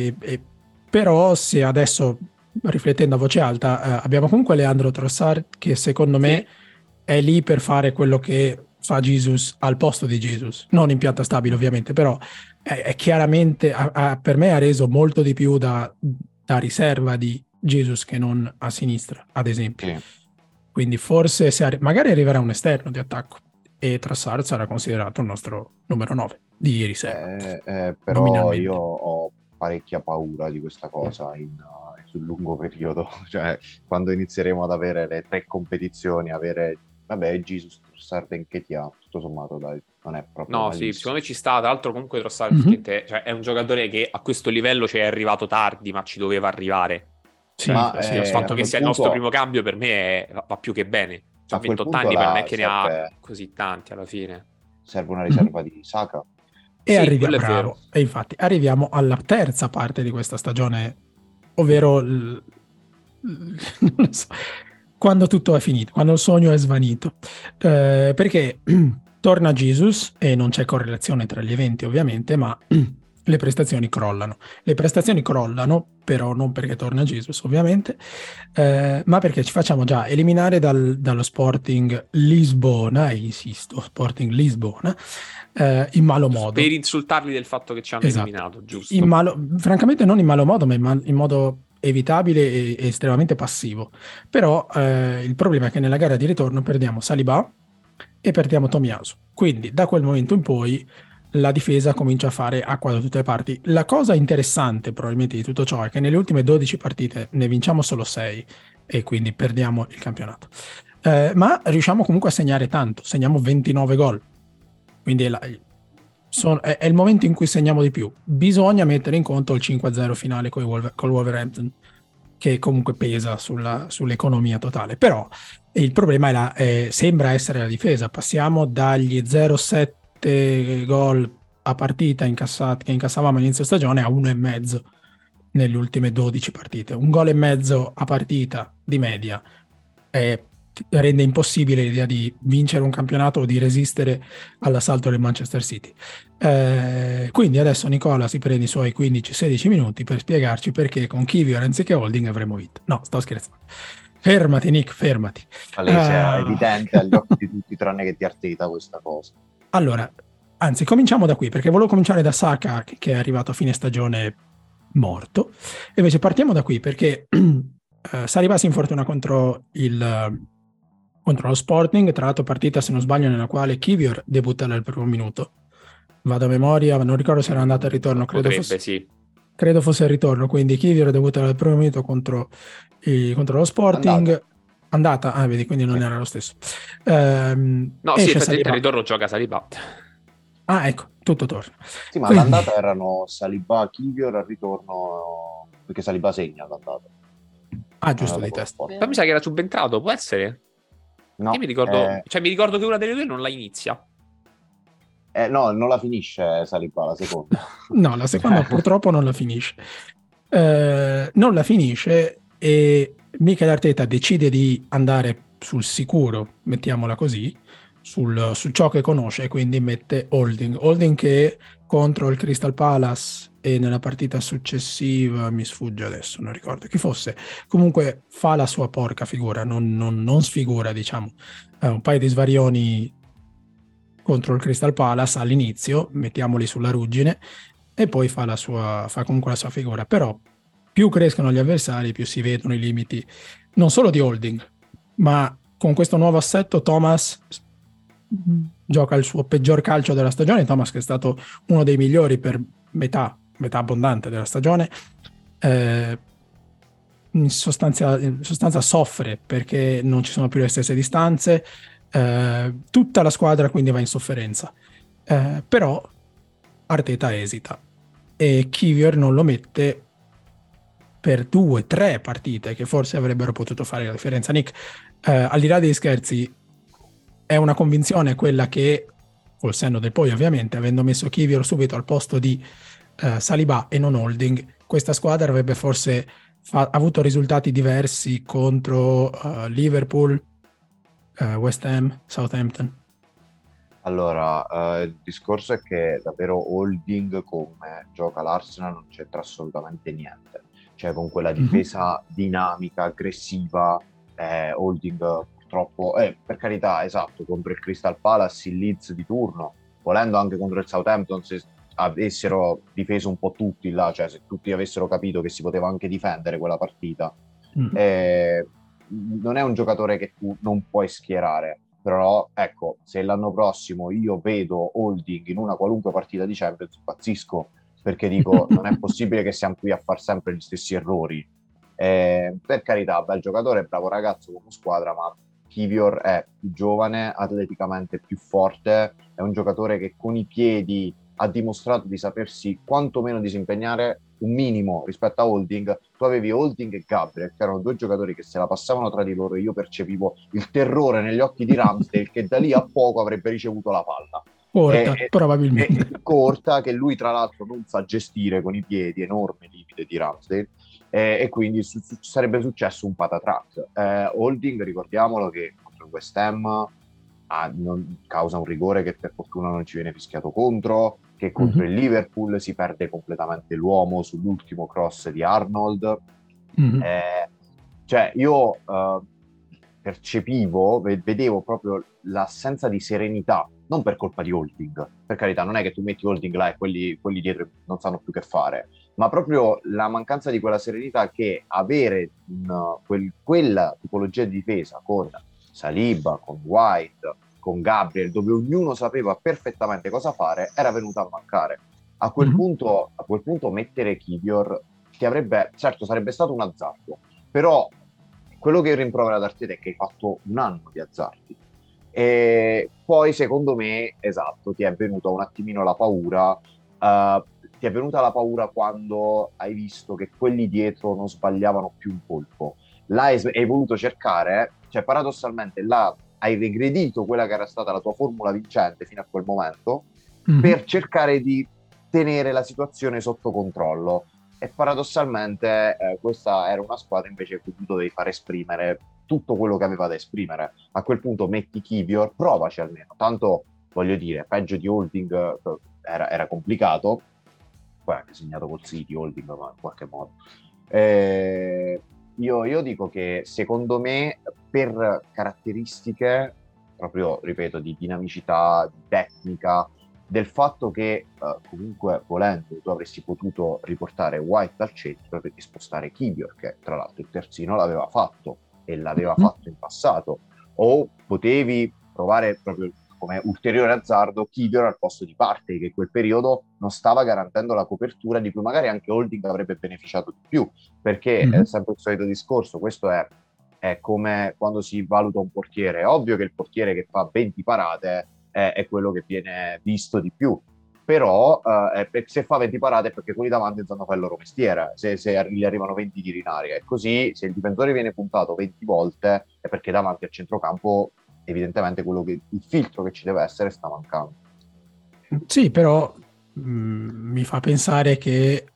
però se adesso, riflettendo a voce alta, abbiamo comunque Leandro Trossard, che secondo me è lì per fare quello che fa Jesus al posto di Jesus, non in pianta stabile ovviamente, però è chiaramente per me ha reso molto di più da riserva di Jesus che non a sinistra, ad esempio. Quindi forse magari arriverà un esterno di attacco e Trossard sarà considerato il nostro numero 9 di riserva. Però io ho parecchia paura di questa cosa sul lungo periodo, cioè quando inizieremo ad avere le 3 competizioni, Jesus, Trossard e Nketiah, tutto sommato dai, non è proprio malissimo. Sì, secondo me ci sta, tra l'altro comunque Trossard cioè, è un giocatore che a questo livello ci è arrivato tardi, ma ci doveva arrivare. Il fatto che sia il nostro primo cambio per me va più che bene. Cioè, 28 anni, ma non è che ne ha così tanti alla fine. Serve una riserva di Saka. E infatti arriviamo alla terza parte di questa stagione, ovvero non so, quando tutto è finito, quando il sogno è svanito, perché torna Jesus e non c'è correlazione tra gli eventi ovviamente, ma le prestazioni crollano. Le prestazioni crollano, però non perché torna Jesus ovviamente, ma perché ci facciamo già eliminare dallo Sporting Lisbona, insisto, Sporting Lisbona, in malo modo. Per insultarli del fatto che ci hanno eliminato, giusto? Francamente non in malo modo, ma in modo evitabile e estremamente passivo. Però il problema è che nella gara di ritorno perdiamo Saliba e perdiamo Tomiyasu. Quindi da quel momento in poi la difesa comincia a fare acqua da tutte le parti. La cosa interessante probabilmente di tutto ciò è che nelle ultime 12 partite ne vinciamo solo 6 e quindi perdiamo il campionato. Ma riusciamo comunque a segnare tanto, segniamo 29 gol. Quindi è il momento in cui segniamo di più. Bisogna mettere in conto il 5-0 finale col Wolverhampton, che comunque pesa sull'economia totale. Però il problema sembra essere la difesa. Passiamo dagli 0-7 gol a partita che incassavamo all'inizio stagione a 1,5 nelle ultime 12 partite. 1,5 gol a partita di media rende impossibile l'idea di vincere un campionato o di resistere all'assalto del Manchester City. Quindi adesso Nicola si prende i suoi 15-16 minuti per spiegarci perché con Kiwior anziché Holding avremo vinto. No, sto scherzando. Fermati Nick, fermati. È evidente agli occhi di tutti tranne che di Arteta questa cosa. Allora, anzi, cominciamo da qui, perché volevo cominciare da Saka, che è arrivato a fine stagione morto. E invece partiamo da qui, perché Saliba si infortuna contro lo Sporting, tra l'altro partita, se non sbaglio, nella quale Kiwior debutta nel primo minuto. Vado a memoria, non ricordo se era andata al ritorno, credo fosse il ritorno, quindi Kiwior debutta nel primo minuto contro lo Sporting. Andata, vedi, quindi non era lo stesso. No, sì, effettivamente il ritorno gioca Saliba. Ah, ecco, tutto torna. Sì, ma all'andata erano Saliba, Kiwior, al ritorno perché Saliba segna all'andata. Ah, giusto, di testa. Ma mi sa che era subentrato, può essere? No. Io mi ricordo che una delle due non la inizia. No, non la finisce Saliba, la seconda. No, la seconda purtroppo non la finisce. Non la finisce e Mikel Arteta decide di andare sul sicuro, mettiamola così, su ciò che conosce, e quindi mette Holding che contro il Crystal Palace e nella partita successiva mi sfugge adesso, non ricordo chi fosse, comunque fa la sua porca figura, non sfigura, diciamo, un paio di svarioni contro il Crystal Palace all'inizio, mettiamoli sulla ruggine, e poi fa comunque la sua figura. Però più crescono gli avversari, più si vedono i limiti non solo di Holding, ma con questo nuovo assetto Thomas gioca il suo peggior calcio della stagione. Thomas, che è stato uno dei migliori per metà abbondante della stagione, in sostanza soffre perché non ci sono più le stesse distanze. Tutta la squadra quindi va in sofferenza, però Arteta esita e Kiwior non lo mette per 2-3 partite che forse avrebbero potuto fare la differenza. Nick, al di là degli scherzi, è una convinzione quella che, col senno del poi ovviamente, avendo messo Kiwior subito al posto di Saliba e non Holding, questa squadra avrebbe forse avuto risultati diversi contro Liverpool, West Ham, Southampton? Allora, il discorso è che davvero Holding, come gioca l'Arsenal, non c'entra assolutamente niente. Cioè, con quella difesa dinamica, aggressiva, Holding purtroppo, per carità, esatto, contro il Crystal Palace, il Leeds di turno, volendo anche contro il Southampton, se avessero difeso un po' tutti là, cioè se tutti avessero capito che si poteva anche difendere quella partita, non è un giocatore che tu non puoi schierare. Però ecco, se l'anno prossimo io vedo Holding in una qualunque partita di Champions, impazzisco, perché dico non è possibile che siamo qui a far sempre gli stessi errori. Per carità, bel giocatore, bravo ragazzo come squadra, ma Kiwior è più giovane, atleticamente più forte, è un giocatore che con i piedi ha dimostrato di sapersi quantomeno disimpegnare un minimo rispetto a Holding. Tu avevi Holding e Gabriel, che erano due giocatori che se la passavano tra di loro, io percepivo il terrore negli occhi di Ramsdale che da lì a poco avrebbe ricevuto la palla probabilmente corta, che lui tra l'altro non sa gestire con i piedi, enorme limite di Ramsdale, e quindi sarebbe successo un patatrack. Holding, ricordiamolo che contro il West Ham causa un rigore che per fortuna non ci viene fischiato contro, che contro il Liverpool si perde completamente l'uomo sull'ultimo cross di Arnold. Cioè io percepivo, vedevo proprio l'assenza di serenità, non per colpa di Holding, per carità, non è che tu metti Holding là e quelli dietro non sanno più che fare, ma proprio la mancanza di quella serenità che avere quella tipologia di difesa con Saliba, con White, con Gabriel, dove ognuno sapeva perfettamente cosa fare, era venuta a mancare. A quel punto mettere Kivior certo sarebbe stato un azzardo, però quello che rimprovera ad Arteta è che hai fatto un anno di azzardi. E poi secondo me, esatto, ti è venuta un attimino la paura, ti è venuta la paura quando hai visto che quelli dietro non sbagliavano più un colpo. Là hai voluto cercare, cioè paradossalmente là hai regredito quella che era stata la tua formula vincente fino a quel momento, per cercare di tenere la situazione sotto controllo. E paradossalmente questa era una squadra invece che tu dovevi far esprimere tutto quello che aveva da esprimere. A quel punto metti Kivior, provaci almeno, tanto voglio dire, peggio di Holding era complicato, poi ha anche segnato col City Holding, ma in qualche modo. Io dico che secondo me per caratteristiche proprio, ripeto, di dinamicità, di tecnica, del fatto che comunque volendo tu avresti potuto riportare White al centro per spostare Kivior, che tra l'altro il terzino l'aveva fatto e l'aveva fatto in passato, o potevi provare proprio come ulteriore azzardo Kivior al posto di Partey, che in quel periodo non stava garantendo la copertura di cui magari anche Holding avrebbe beneficiato di più, perché è sempre il solito discorso. Questo è come quando si valuta un portiere. È ovvio che il portiere che fa 20 parate è quello che viene visto di più, però se fa 20 parate è perché quelli davanti sanno fare il loro mestiere, se gli arrivano 20 tiri in aria, e così se il difensore viene puntato 20 volte è perché davanti al centrocampo evidentemente il filtro che ci deve essere sta mancando. Sì, però mi fa pensare che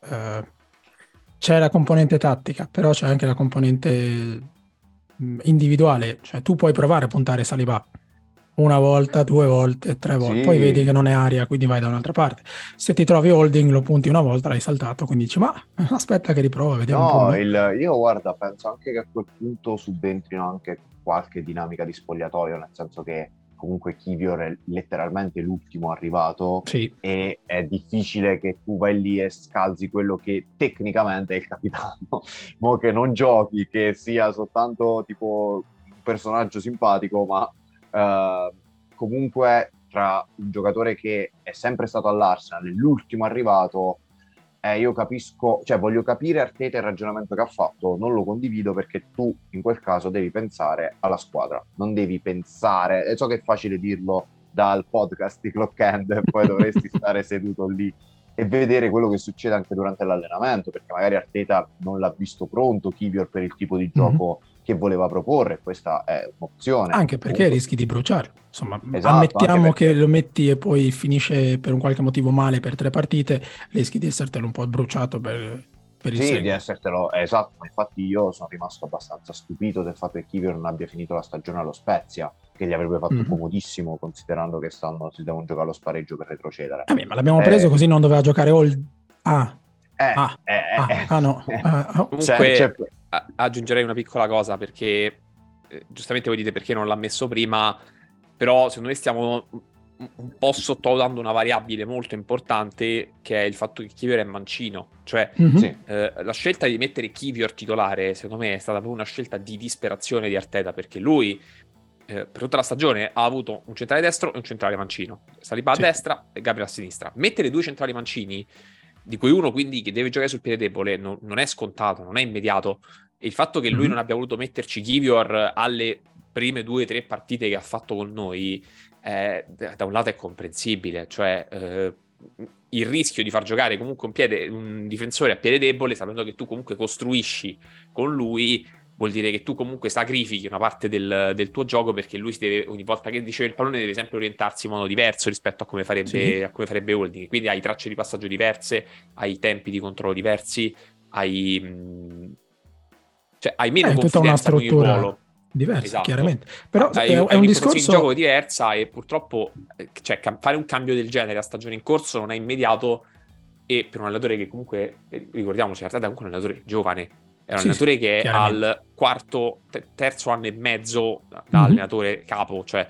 c'è la componente tattica, però c'è anche la componente individuale, cioè tu puoi provare a puntare Saliba una volta, 2 volte, 3 volte, poi vedi che non è aria, quindi vai da un'altra parte. Se ti trovi Holding, lo punti una volta, l'hai saltato, quindi dici, ma aspetta che riprova, vediamo un po'. Io guarda, penso anche che a quel punto subentrino anche qualche dinamica di spogliatoio, nel senso che comunque Kivior è letteralmente l'ultimo arrivato, e è difficile che tu vai lì e scalzi quello che tecnicamente è il capitano, mo che non giochi, che sia soltanto tipo un personaggio simpatico, ma comunque tra un giocatore che è sempre stato all'Arsenal e l'ultimo arrivato, io capisco, cioè voglio capire Arteta il ragionamento che ha fatto, non lo condivido, perché tu in quel caso devi pensare alla squadra, non devi pensare, e so che è facile dirlo dal podcast di Clock End, e poi dovresti stare seduto lì e vedere quello che succede anche durante l'allenamento, perché magari Arteta non l'ha visto pronto Kivior per il tipo di gioco che voleva proporre, questa è un'opzione. Anche perché rischi di bruciarlo, insomma, esatto, ammettiamo che lo metti e poi finisce per un qualche motivo male per 3 partite, rischi di essertelo un po' bruciato per il seguito. Sì, di essertelo, esatto, infatti io sono rimasto abbastanza stupito del fatto che Kivior non abbia finito la stagione allo Spezia, che gli avrebbe fatto comodissimo, considerando che si devono giocare allo spareggio per retrocedere. Ma l'abbiamo preso così non doveva giocare no. Comunque aggiungerei una piccola cosa, perché giustamente voi dite perché non l'ha messo prima, però secondo me stiamo un po' sottovalutando una variabile molto importante, che è il fatto che Kivior è mancino. Cioè la scelta di mettere Kivior titolare secondo me è stata proprio una scelta di disperazione di Arteta, perché lui per tutta la stagione ha avuto un centrale destro e un centrale mancino, Saliba a destra e Gabriel a sinistra. Mettere 2 centrali mancini, di cui uno quindi che deve giocare sul piede debole, non è scontato, non è immediato, e il fatto che lui non abbia voluto metterci Kivior alle prime 2-3 partite che ha fatto con noi, da un lato è comprensibile, cioè il rischio di far giocare comunque un difensore a piede debole, sapendo che tu comunque costruisci con lui, vuol dire che tu comunque sacrifichi una parte del tuo gioco, perché lui ogni volta che riceve il pallone deve sempre orientarsi in modo diverso rispetto a come farebbe Holding, quindi hai tracce di passaggio diverse, hai tempi di controllo diversi, hai meno tutta una confidenza con il struttura ruolo. Diversa, Esatto. chiaramente. Però Hai è un discorso di gioco diversa e purtroppo fare un cambio del genere a stagione in corso non è immediato, e per un allenatore che comunque, ricordiamoci, Arteta è comunque un allenatore giovane, è un allenatore che è al quarto, terzo anno e mezzo da allenatore capo, cioè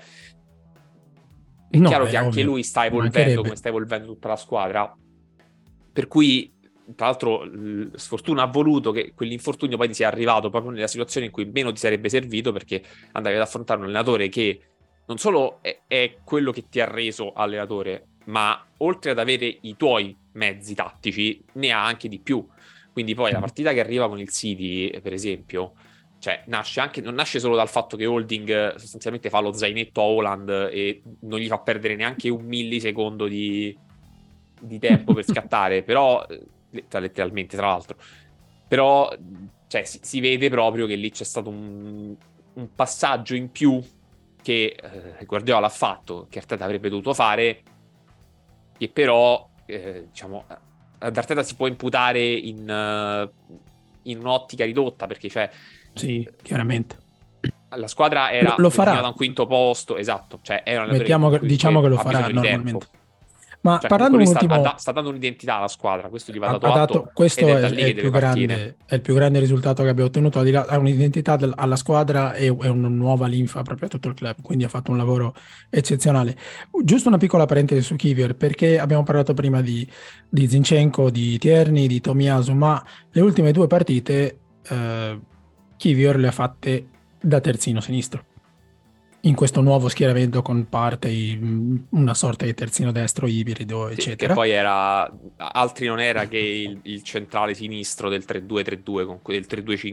è chiaro che anche lui sta evolvendo come sta evolvendo tutta la squadra, per cui tra l'altro sfortuna ha voluto che quell'infortunio poi ti sia arrivato proprio nella situazione in cui meno ti sarebbe servito, perché andavi ad affrontare un allenatore che non solo è quello che ti ha reso allenatore, ma oltre ad avere i tuoi mezzi tattici ne ha anche di più. Quindi poi la partita che arriva con il City, per esempio, cioè non nasce solo dal fatto che Holding sostanzialmente fa lo zainetto a Haaland e non gli fa perdere neanche un millisecondo di tempo per scattare, però letteralmente, tra l'altro, però cioè, si vede proprio che lì c'è stato un passaggio in più che Guardiola ha fatto, che Arteta avrebbe dovuto fare, che però diciamo ad Arteta si può imputare in un'ottica ridotta, perché cioè sì, chiaramente la squadra era lo farà da un quinto posto, esatto, cioè era un diciamo che lo farà normalmente. Ma cioè, parlando un ultimo, sta dando un'identità alla squadra, questo gli va dato atto, questo ed è da lì che deve partire. è il più grande risultato che abbia ottenuto, ha un'identità alla squadra e una nuova linfa proprio a tutto il club, quindi ha fatto un lavoro eccezionale. Giusto una piccola parentesi su Kivior, perché abbiamo parlato prima di Zinchenko, di Tierney, di Tomiyasu, ma le ultime due partite Kivior le ha fatte da terzino sinistro, in questo nuovo schieramento con una sorta di terzino destro ibrido, eccetera. Che poi altri non era che il centrale sinistro del 3-2-3-2, del 3-2-5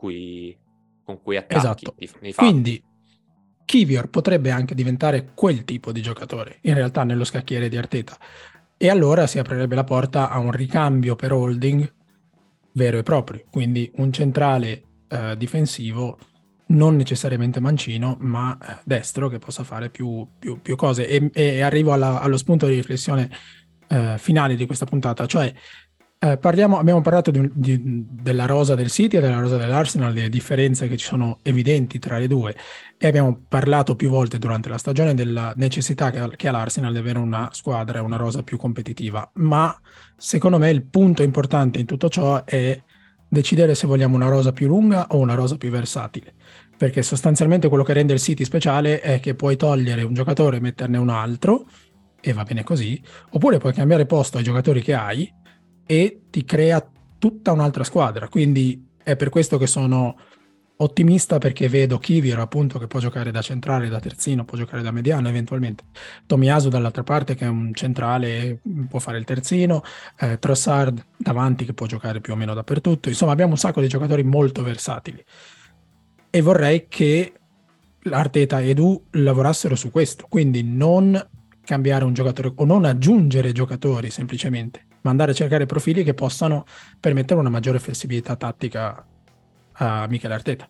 con cui attacchi. Esatto. Quindi Kivior potrebbe anche diventare quel tipo di giocatore, in realtà nello scacchiere di Arteta, e allora si aprirebbe la porta a un ricambio per Holding vero e proprio, quindi un centrale difensivo non necessariamente mancino, ma destro, che possa fare più cose. E arrivo allo spunto di riflessione finale di questa puntata, cioè abbiamo parlato della rosa del City e della rosa dell'Arsenal, delle differenze che ci sono evidenti tra le due, e abbiamo parlato più volte durante la stagione della necessità che ha l'Arsenal di avere una squadra e una rosa più competitiva, ma secondo me il punto importante in tutto ciò è decidere se vogliamo una rosa più lunga o una rosa più versatile, perché sostanzialmente quello che rende il City speciale è che puoi togliere un giocatore e metterne un altro e va bene così, oppure puoi cambiare posto ai giocatori che hai e ti crea tutta un'altra squadra. Quindi è per questo che sono ottimista, perché vedo Kivior appunto che può giocare da centrale, da terzino, può giocare da mediano eventualmente, Tomiyasu dall'altra parte che è un centrale, può fare il terzino, Trossard davanti che può giocare più o meno dappertutto. Insomma, abbiamo un sacco di giocatori molto versatili e vorrei che Arteta e Edu lavorassero su questo, quindi non cambiare un giocatore o non aggiungere giocatori semplicemente, ma andare a cercare profili che possano permettere una maggiore flessibilità tattica a Mikel Arteta.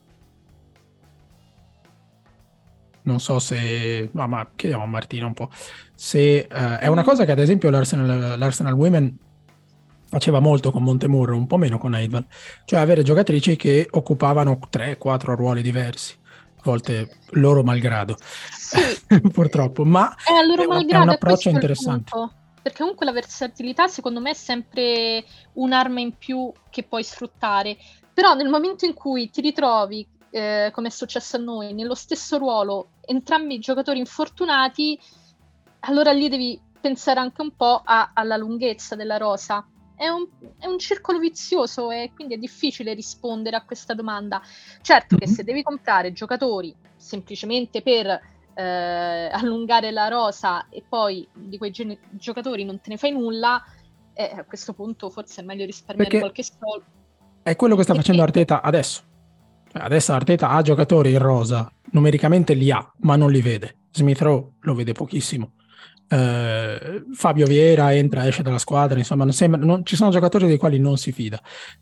Non so se ma chiediamo a Martina un po' se è una cosa che ad esempio l'Arsenal Women faceva molto con Montemurro, un po' meno con Eidval, cioè avere giocatrici che occupavano 3-4 ruoli diversi, a volte loro malgrado, sì. Purtroppo, ma è un approccio interessante. Perché comunque la versatilità secondo me è sempre un'arma in più che puoi sfruttare, però nel momento in cui ti ritrovi, come è successo a noi, nello stesso ruolo entrambi i giocatori infortunati, allora lì devi pensare anche un po' alla lunghezza della rosa. È un circolo vizioso e quindi è difficile rispondere a questa domanda. Certo che se devi comprare giocatori semplicemente per allungare la rosa e poi di quei giocatori non te ne fai nulla, a questo punto forse è meglio risparmiare qualche soldo. È quello che sta facendo Arteta adesso. Adesso Arteta ha giocatori in rosa, numericamente li ha, ma non li vede. Smith Rowe lo vede pochissimo. Fabio Vieira entra e esce dalla squadra, insomma ci sono giocatori dei quali non si fida.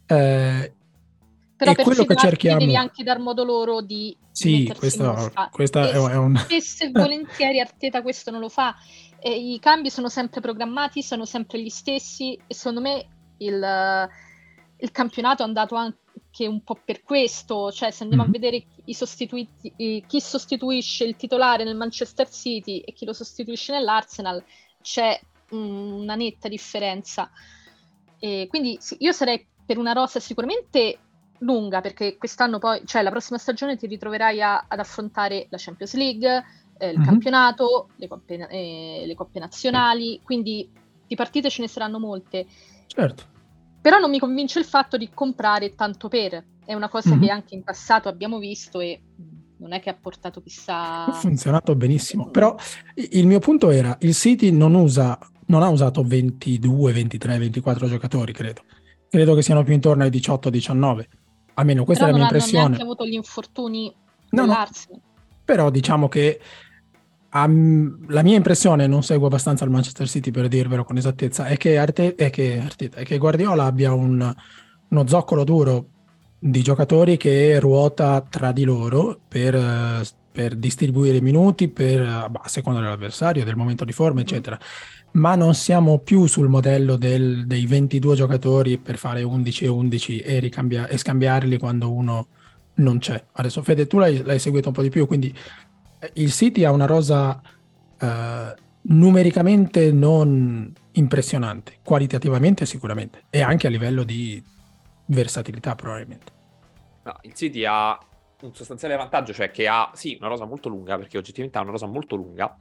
Però per quello che cerchiamo devi anche dar modo loro di mettersi in mostra. Questa è un... Spesso e volentieri Arteta questo non lo fa. I cambi sono sempre programmati, sono sempre gli stessi e secondo me il il campionato è andato anche un po' per questo, cioè se andiamo a vedere chi sostituisce il titolare nel Manchester City e chi lo sostituisce nell'Arsenal, c'è una netta differenza. E quindi sì, io sarei per una rosa sicuramente lunga, perché quest'anno poi, cioè la prossima stagione ti ritroverai ad affrontare la Champions League, il campionato, le coppe nazionali, quindi di partite ce ne saranno molte. Certo. Però non mi convince il fatto di comprare tanto per. È una cosa che anche in passato abbiamo visto e non è che ha portato chissà... Ha funzionato benissimo. Però il mio punto era, il City non ha usato 22, 23, 24 giocatori, credo. Credo che siano più intorno ai 18-19. Almeno questa però è la mia impressione. Non hanno neanche avuto gli infortuni dell'Arsenal. Però diciamo che la mia impressione, non seguo abbastanza il Manchester City per dirvelo con esattezza, è che Guardiola abbia uno zoccolo duro di giocatori che ruota tra di loro per distribuire minuti a seconda dell'avversario, del momento di forma, eccetera. Ma non siamo più sul modello dei 22 giocatori per fare 11 e 11 e scambiarli quando uno non c'è. Adesso Fede, tu l'hai seguito un po' di più, quindi il City ha una rosa numericamente non impressionante, qualitativamente sicuramente, e anche a livello di versatilità probabilmente. No, il City ha un sostanziale vantaggio, cioè che ha sì una rosa molto lunga, perché oggettivamente ha una rosa molto lunga,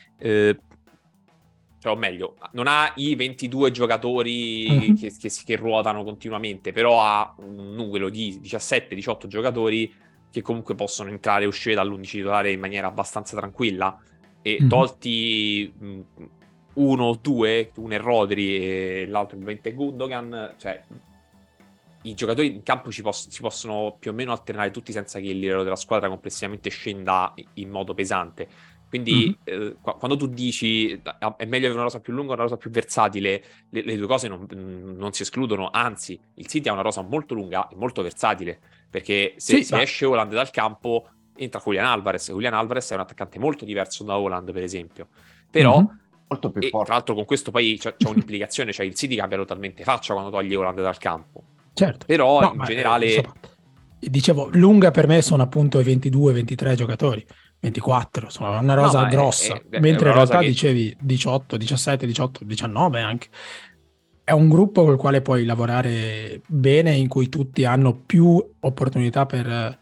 cioè, o meglio, non ha i 22 giocatori che ruotano continuamente, però ha un numero di 17-18 giocatori che comunque possono entrare e uscire dall'11 titolare in maniera abbastanza tranquilla, e tolti uno o due, uno è Rodri e l'altro ovviamente è Gundogan, cioè i giocatori in campo si possono più o meno alternare tutti senza che il livello della squadra complessivamente scenda in modo pesante. Quindi quando tu dici è meglio avere una rosa più lunga o una rosa più versatile, le due cose non si escludono, anzi il City ha una rosa molto lunga e molto versatile, perché se esce Haaland dal campo entra Julian Alvarez. Julian Alvarez è un attaccante molto diverso da Haaland, per esempio, però molto più forte. Tra l'altro con questo poi c'è un'implicazione, cioè il City cambia totalmente faccia quando toglie Haaland dal campo. Certo. Però in generale insomma, dicevo, lunga per me sono appunto i 22-23 giocatori, 24, sono una rosa grossa, mentre in realtà dicevi 18, 17, 18, 19 anche. È un gruppo col quale puoi lavorare bene, in cui tutti hanno più opportunità per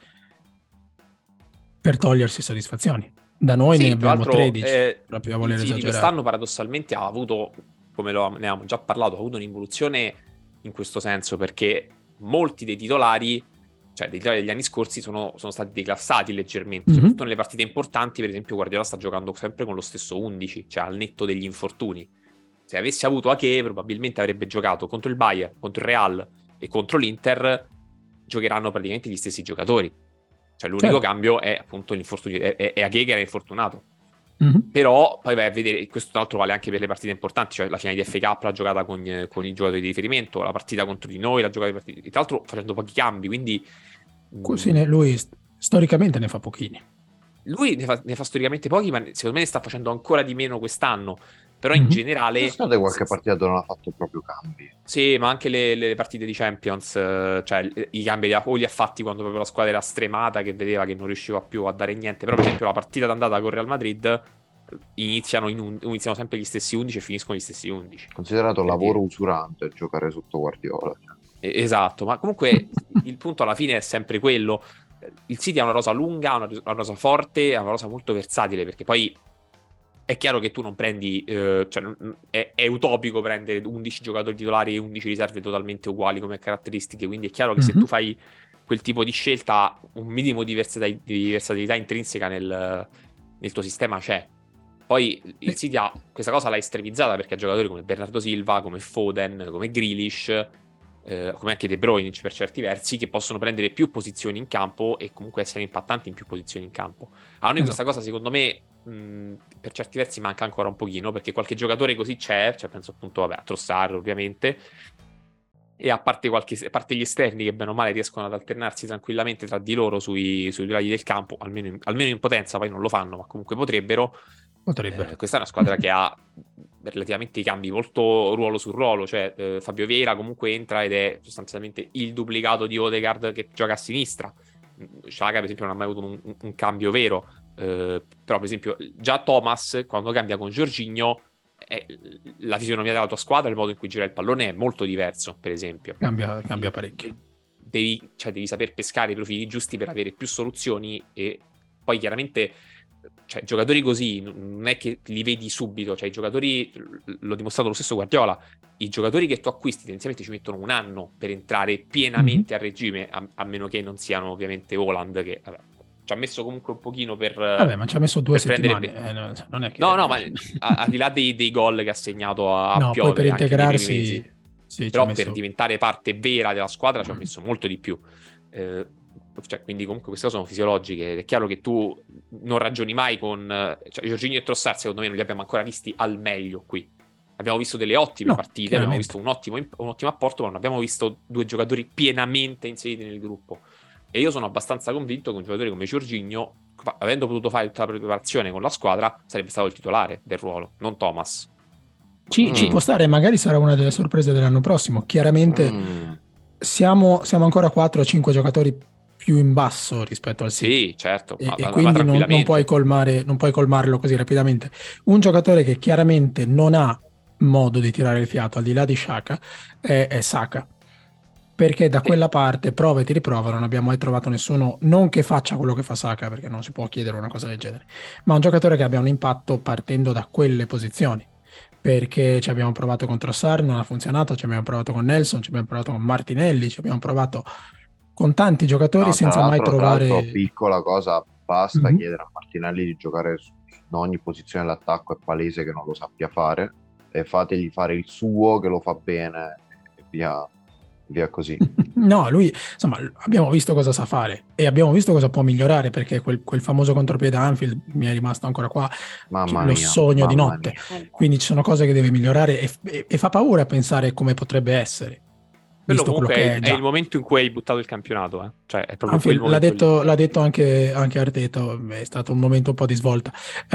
togliersi soddisfazioni. Da noi ne abbiamo 13, proprio a voler esagerare. Quest'anno paradossalmente ha avuto, come ne avevamo già parlato, ha avuto un'involuzione in questo senso, perché molti dei titolari, cioè dei titolari degli anni scorsi, sono stati declassati leggermente, soprattutto nelle partite importanti. Per esempio Guardiola sta giocando sempre con lo stesso 11, cioè al netto degli infortuni. Se avesse avuto Ake, probabilmente avrebbe giocato contro il Bayern, contro il Real e contro l'Inter, giocheranno praticamente gli stessi giocatori. Cioè l'unico cambio è appunto l'infortunio, è Ake che era infortunato. Però poi vai a vedere, questo tra l'altro vale anche per le partite importanti, cioè la finale di FA Cup l'ha giocata con i giocatori di riferimento, la partita contro di noi l'ha giocata tra l'altro facendo pochi cambi, quindi lui storicamente ne fa pochini. Lui ne fa storicamente pochi, ma secondo me ne sta facendo ancora di meno quest'anno. Però in generale c'è stata qualche partita dove non ha fatto proprio cambi. Sì, ma anche le partite di Champions, cioè i cambi li ha fatti quando proprio la squadra era stremata, che vedeva che non riusciva più a dare niente. Però per esempio la partita d'andata con Real Madrid iniziano sempre gli stessi 11 e finiscono gli stessi 11. Considerato lavoro usurante giocare sotto Guardiola. Esatto, ma comunque il punto alla fine è sempre quello. Il City ha una rosa lunga, una rosa forte, ha una rosa molto versatile, perché poi è chiaro che tu non prendi, cioè è utopico prendere 11 giocatori titolari e 11 riserve totalmente uguali come caratteristiche, quindi è chiaro che se tu fai quel tipo di scelta, un minimo di versatilità intrinseca nel tuo sistema c'è. Poi il City ha questa cosa l'ha estremizzata, perché ha giocatori come Bernardo Silva, come Foden, come Grealish, come anche De Bruyne per certi versi, che possono prendere più posizioni in campo e comunque essere impattanti in più posizioni in campo. A noi questa cosa secondo me per certi versi manca ancora un pochino, perché qualche giocatore così c'è, cioè penso appunto a Trossard ovviamente, e a parte gli esterni che bene o male riescono ad alternarsi tranquillamente tra di loro sui due lati del campo, almeno in potenza, poi non lo fanno, ma comunque potrebbero. Questa è una squadra che ha relativamente i cambi molto ruolo su ruolo, cioè Fabio Vieira comunque entra ed è sostanzialmente il duplicato di Odegaard che gioca a sinistra. Xhaka per esempio non ha mai avuto un cambio vero, però per esempio già Thomas quando cambia con Jorginho la fisionomia della tua squadra, il modo in cui gira il pallone è molto diverso, per esempio. Cambia parecchio. Devi saper pescare i profili giusti per avere più soluzioni, e poi chiaramente giocatori così non è che li vedi subito, i giocatori, l'ho dimostrato lo stesso Guardiola, i giocatori che tu acquisti tendenzialmente ci mettono un anno per entrare pienamente a regime, a meno che non siano ovviamente Haaland, che ci ha messo comunque un pochino per... Vabbè, ma ci ha messo 2 settimane. Non è che... No, ma al di là dei gol che ha segnato a piovere, poi per integrarsi... Sì, però per diventare parte vera della squadra ci ha messo molto di più. Quindi comunque queste cose sono fisiologiche. È chiaro che tu non ragioni mai con... Jorginho e Trossard secondo me non li abbiamo ancora visti al meglio qui. Abbiamo visto delle ottime partite, abbiamo visto un ottimo apporto, ma non abbiamo visto 2 giocatori pienamente inseriti nel gruppo. E io sono abbastanza convinto che un giocatore come Jorginho, avendo potuto fare tutta la preparazione con la squadra, sarebbe stato il titolare del ruolo, non Thomas. Ci può stare, magari sarà una delle sorprese dell'anno prossimo. Chiaramente siamo ancora 4 o 5 giocatori più in basso rispetto al City. Sì, certo. E quindi non puoi colmarlo così rapidamente. Un giocatore che chiaramente non ha modo di tirare il fiato, al di là di Xhaka, è Saka. Perché da quella parte prova e ti riprova, non abbiamo mai trovato nessuno, non che faccia quello che fa Saka, perché non si può chiedere una cosa del genere, ma un giocatore che abbia un impatto partendo da quelle posizioni. Perché ci abbiamo provato con Trossard, non ha funzionato, ci abbiamo provato con Nelson, ci abbiamo provato con Martinelli, ci abbiamo provato con tanti giocatori senza mai trovare... Tra l'altro, piccola cosa, basta chiedere a Martinelli di giocare in ogni posizione dell'attacco, è palese che non lo sappia fare, e fategli fare il suo che lo fa bene e via così. No, lui, insomma, abbiamo visto cosa sa fare e abbiamo visto cosa può migliorare, perché quel famoso contropiede Anfield mi è rimasto ancora qua, sogno di notte. Quindi ci sono cose che deve migliorare e fa paura pensare come potrebbe essere. Quello comunque è il momento in cui hai buttato il campionato, è proprio Anfield, l'ha detto anche Arteta, è stato un momento un po' di svolta.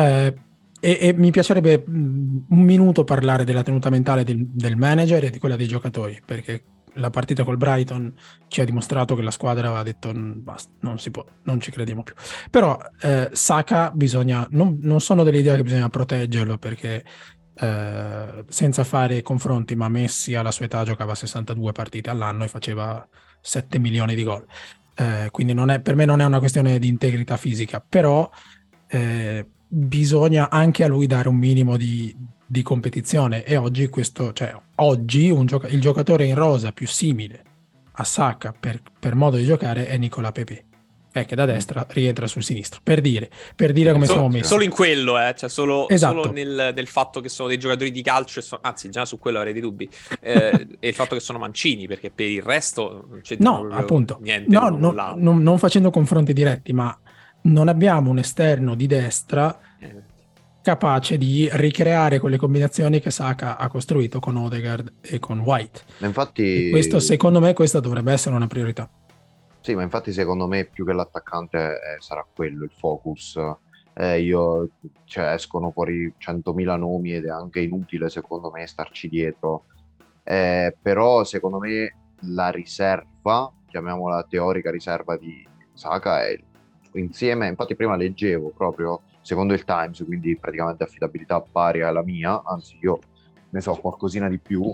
E mi piacerebbe un minuto parlare della tenuta mentale del manager e di quella dei giocatori, perché la partita col Brighton ci ha dimostrato che la squadra aveva detto basta, non si può, non ci crediamo più. Però Saka bisogna, non sono dell'idea che bisogna proteggerlo, perché senza fare confronti, ma Messi alla sua età giocava 62 partite all'anno e faceva 7 milioni di gol, quindi per me non è una questione di integrità fisica, però bisogna anche a lui dare un minimo di competizione, e oggi il giocatore in rosa più simile a Saka per modo di giocare è Nicola Pepe, che da destra rientra sul sinistro, per dire come siamo messi. Solo in quello, solo esatto. nel fatto che sono dei giocatori di calcio, anzi già su quello avrei dei dubbi, e il fatto che sono mancini, perché per il resto non c'è niente. Non facendo confronti diretti, ma non abbiamo un esterno di destra capace di ricreare quelle combinazioni che Saka ha costruito con Odegaard e con White. Infatti, e secondo me questa dovrebbe essere una priorità. Sì, ma infatti secondo me più che l'attaccante sarà quello il focus. Escono fuori 100.000 nomi ed è anche inutile secondo me starci dietro. Però secondo me la riserva, chiamiamola teorica riserva di Saka, è insieme, infatti prima leggevo proprio secondo il Times, quindi praticamente affidabilità pari alla mia, anzi io ne so qualcosina di più.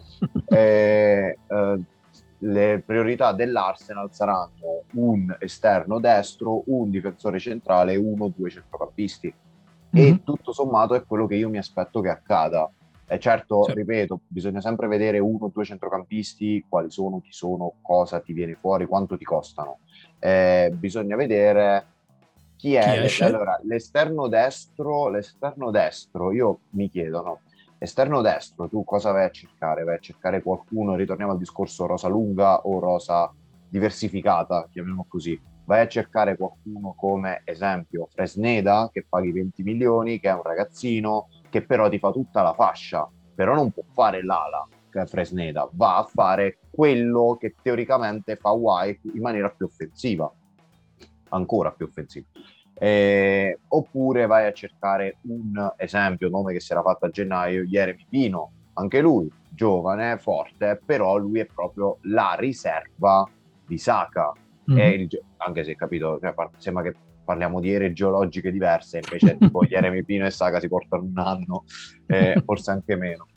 Le priorità dell'Arsenal saranno un esterno destro, un difensore centrale e 1 o 2 centrocampisti. E tutto sommato è quello che io mi aspetto che accada. Certo, ripeto, bisogna sempre vedere 1 o 2 centrocampisti, quali sono, chi sono, cosa ti viene fuori, quanto ti costano. Bisogna vedere chi è. Allora, l'esterno destro, io mi chiedo, no? Esterno destro, tu cosa vai a cercare? Vai a cercare qualcuno, ritorniamo al discorso rosa lunga o rosa diversificata, chiamiamo così. Vai a cercare qualcuno come esempio Fresneda, che paghi 20 milioni, che è un ragazzino, che però ti fa tutta la fascia, però non può fare l'ala, che è Fresneda, va a fare quello che teoricamente fa White in maniera più offensiva, ancora più offensiva. Oppure vai a cercare un esempio, nome che si era fatto a gennaio, Jeremy Pino, anche lui giovane, forte, però lui è proprio la riserva di Saka. Anche se capito, cioè, sembra che parliamo di ere geologiche diverse, invece tipo Jeremy Pino e Saka si portano un anno, forse anche meno.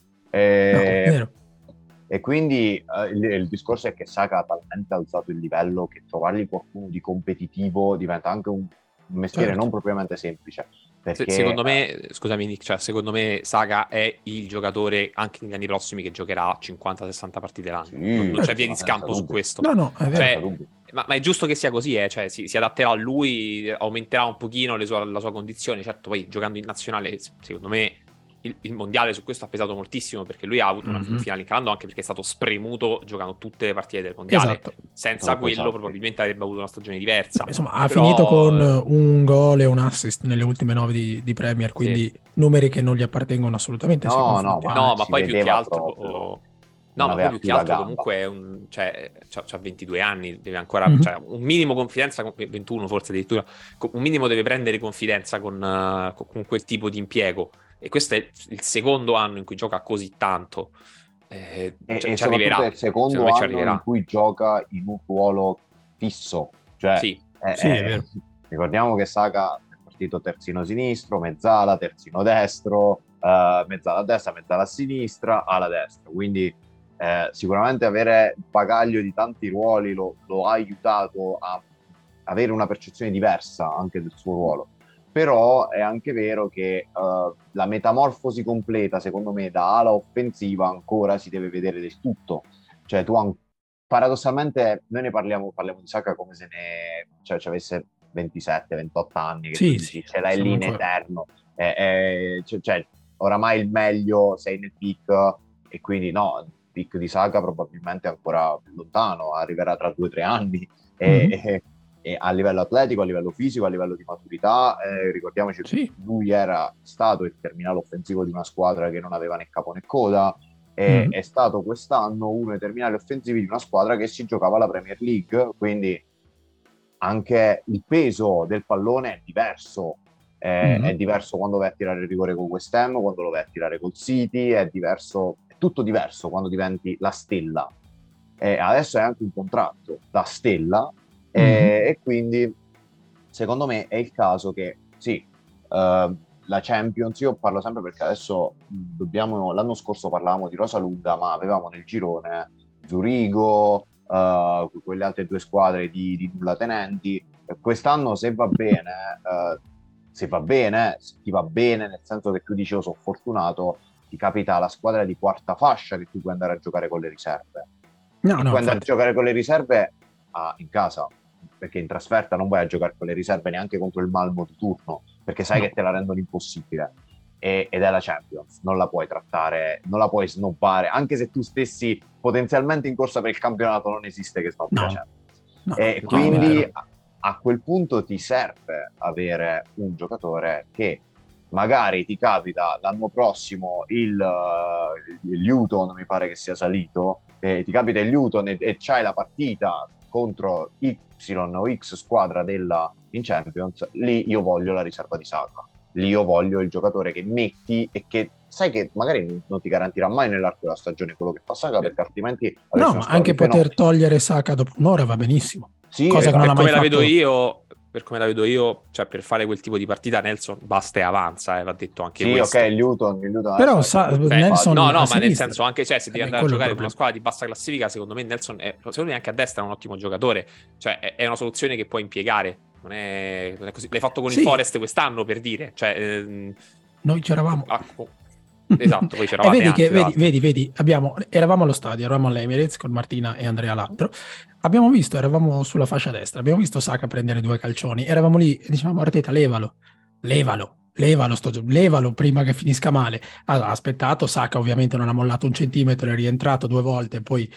E quindi il discorso è che Saka ha talmente alzato il livello che trovargli qualcuno di competitivo diventa anche un mestiere non propriamente semplice. Perché, secondo me, scusami Nick, cioè, secondo me Saka è il giocatore anche negli anni prossimi che giocherà 50-60 partite l'anno. Sì, non c'è via di scampo su questo. No, è vero. Cioè, ma è giusto che sia così, cioè, si adatterà a lui, aumenterà un pochino la sua condizione. Certo, poi giocando in nazionale, secondo me il mondiale su questo ha pesato moltissimo, perché lui ha avuto una finale in calando, anche perché è stato spremuto giocando tutte le partite del mondiale. Esatto. Senza quello probabilmente avrebbe avuto una stagione diversa. Insomma, ha finito con un gol e un assist nelle ultime 9 di Premier, quindi numeri che non gli appartengono assolutamente. Ma poi più che altro comunque c'ha 22 anni, deve ancora cioè, un minimo confidenza, 21 forse addirittura, un minimo deve prendere confidenza con quel tipo di impiego, e questo è il secondo anno in cui gioca così tanto, e ci arriverà. È il secondo anno in cui gioca in un ruolo fisso, cioè è vero. Ricordiamo che Saka è partito terzino sinistro, mezzala, terzino destro, mezzala a destra, mezzala a sinistra, ala destra, quindi sicuramente avere il bagaglio di tanti ruoli lo ha aiutato a avere una percezione diversa anche del suo ruolo. Però è anche vero che la metamorfosi completa, secondo me, da ala offensiva ancora si deve vedere del tutto. Cioè paradossalmente noi ne parliamo di Saka come se ci avesse 27-28 anni, che ce l'hai lì in eterno. Cioè, oramai il meglio sei nel peak, e quindi no, il peak di Saka probabilmente è ancora lontano, arriverà tra 2 o 3 anni. E a livello atletico, a livello fisico, a livello di maturità, ricordiamoci che lui era stato il terminale offensivo di una squadra che non aveva né capo né coda, e è stato quest'anno uno dei terminali offensivi di una squadra che si giocava la Premier League, quindi anche il peso del pallone è diverso. È diverso quando vai a tirare il rigore con West Ham, quando lo vai a tirare col City, è tutto diverso quando diventi la stella. Adesso è anche un contratto da stella, e quindi secondo me è il caso che la Champions, io parlo sempre perché adesso l'anno scorso parlavamo di Rosalunga, ma avevamo nel girone Zurigo, quelle altre 2 squadre di nullatenenti. Quest'anno se ti va bene, nel senso che tu dici sono fortunato, ti capita la squadra di quarta fascia che tu puoi andare a giocare con le riserve. Puoi andare a giocare con le riserve in casa, perché in trasferta non vai a giocare con le riserve neanche contro il Malmo di turno, perché sai che te la rendono impossibile, ed è la Champions, non la puoi trattare, non la puoi snobbare, anche se tu stessi potenzialmente in corsa per il campionato, non esiste che snobbi la Champions. Quindi a quel punto ti serve avere un giocatore che magari ti capita l'anno prossimo il Luton, mi pare che sia salito, ti capita il Luton e c'hai la partita contro Y o X squadra in Champions, lì io voglio la riserva di Saka, lì io voglio il giocatore che metti e che sai che magari non ti garantirà mai nell'arco della stagione quello che fa Saka, perché altrimenti ma anche poter togliere Saka dopo un'ora va benissimo. Cosa che non ha mai fatto. Per come la vedo io, cioè per fare quel tipo di partita Nelson basta e avanza, va detto anche questo. Ok, Luton però Nelson ma nel senso anche se devi andare a giocare con una squadra di bassa classifica, secondo me Nelson secondo me anche a destra è un ottimo giocatore, cioè è una soluzione che puoi impiegare, non è così. L'hai fatto con il Forest quest'anno, per dire, cioè noi c'eravamo esatto, poi c'eravate vedi, eravamo allo stadio, eravamo all'Emirates con Martina e Andrea Lattro, eravamo sulla fascia destra, abbiamo visto Saka prendere 2 calcioni, eravamo lì e dicevamo Arteta levalo prima che finisca male. Ha aspettato, Saka ovviamente non ha mollato un centimetro, è rientrato 2 volte, poi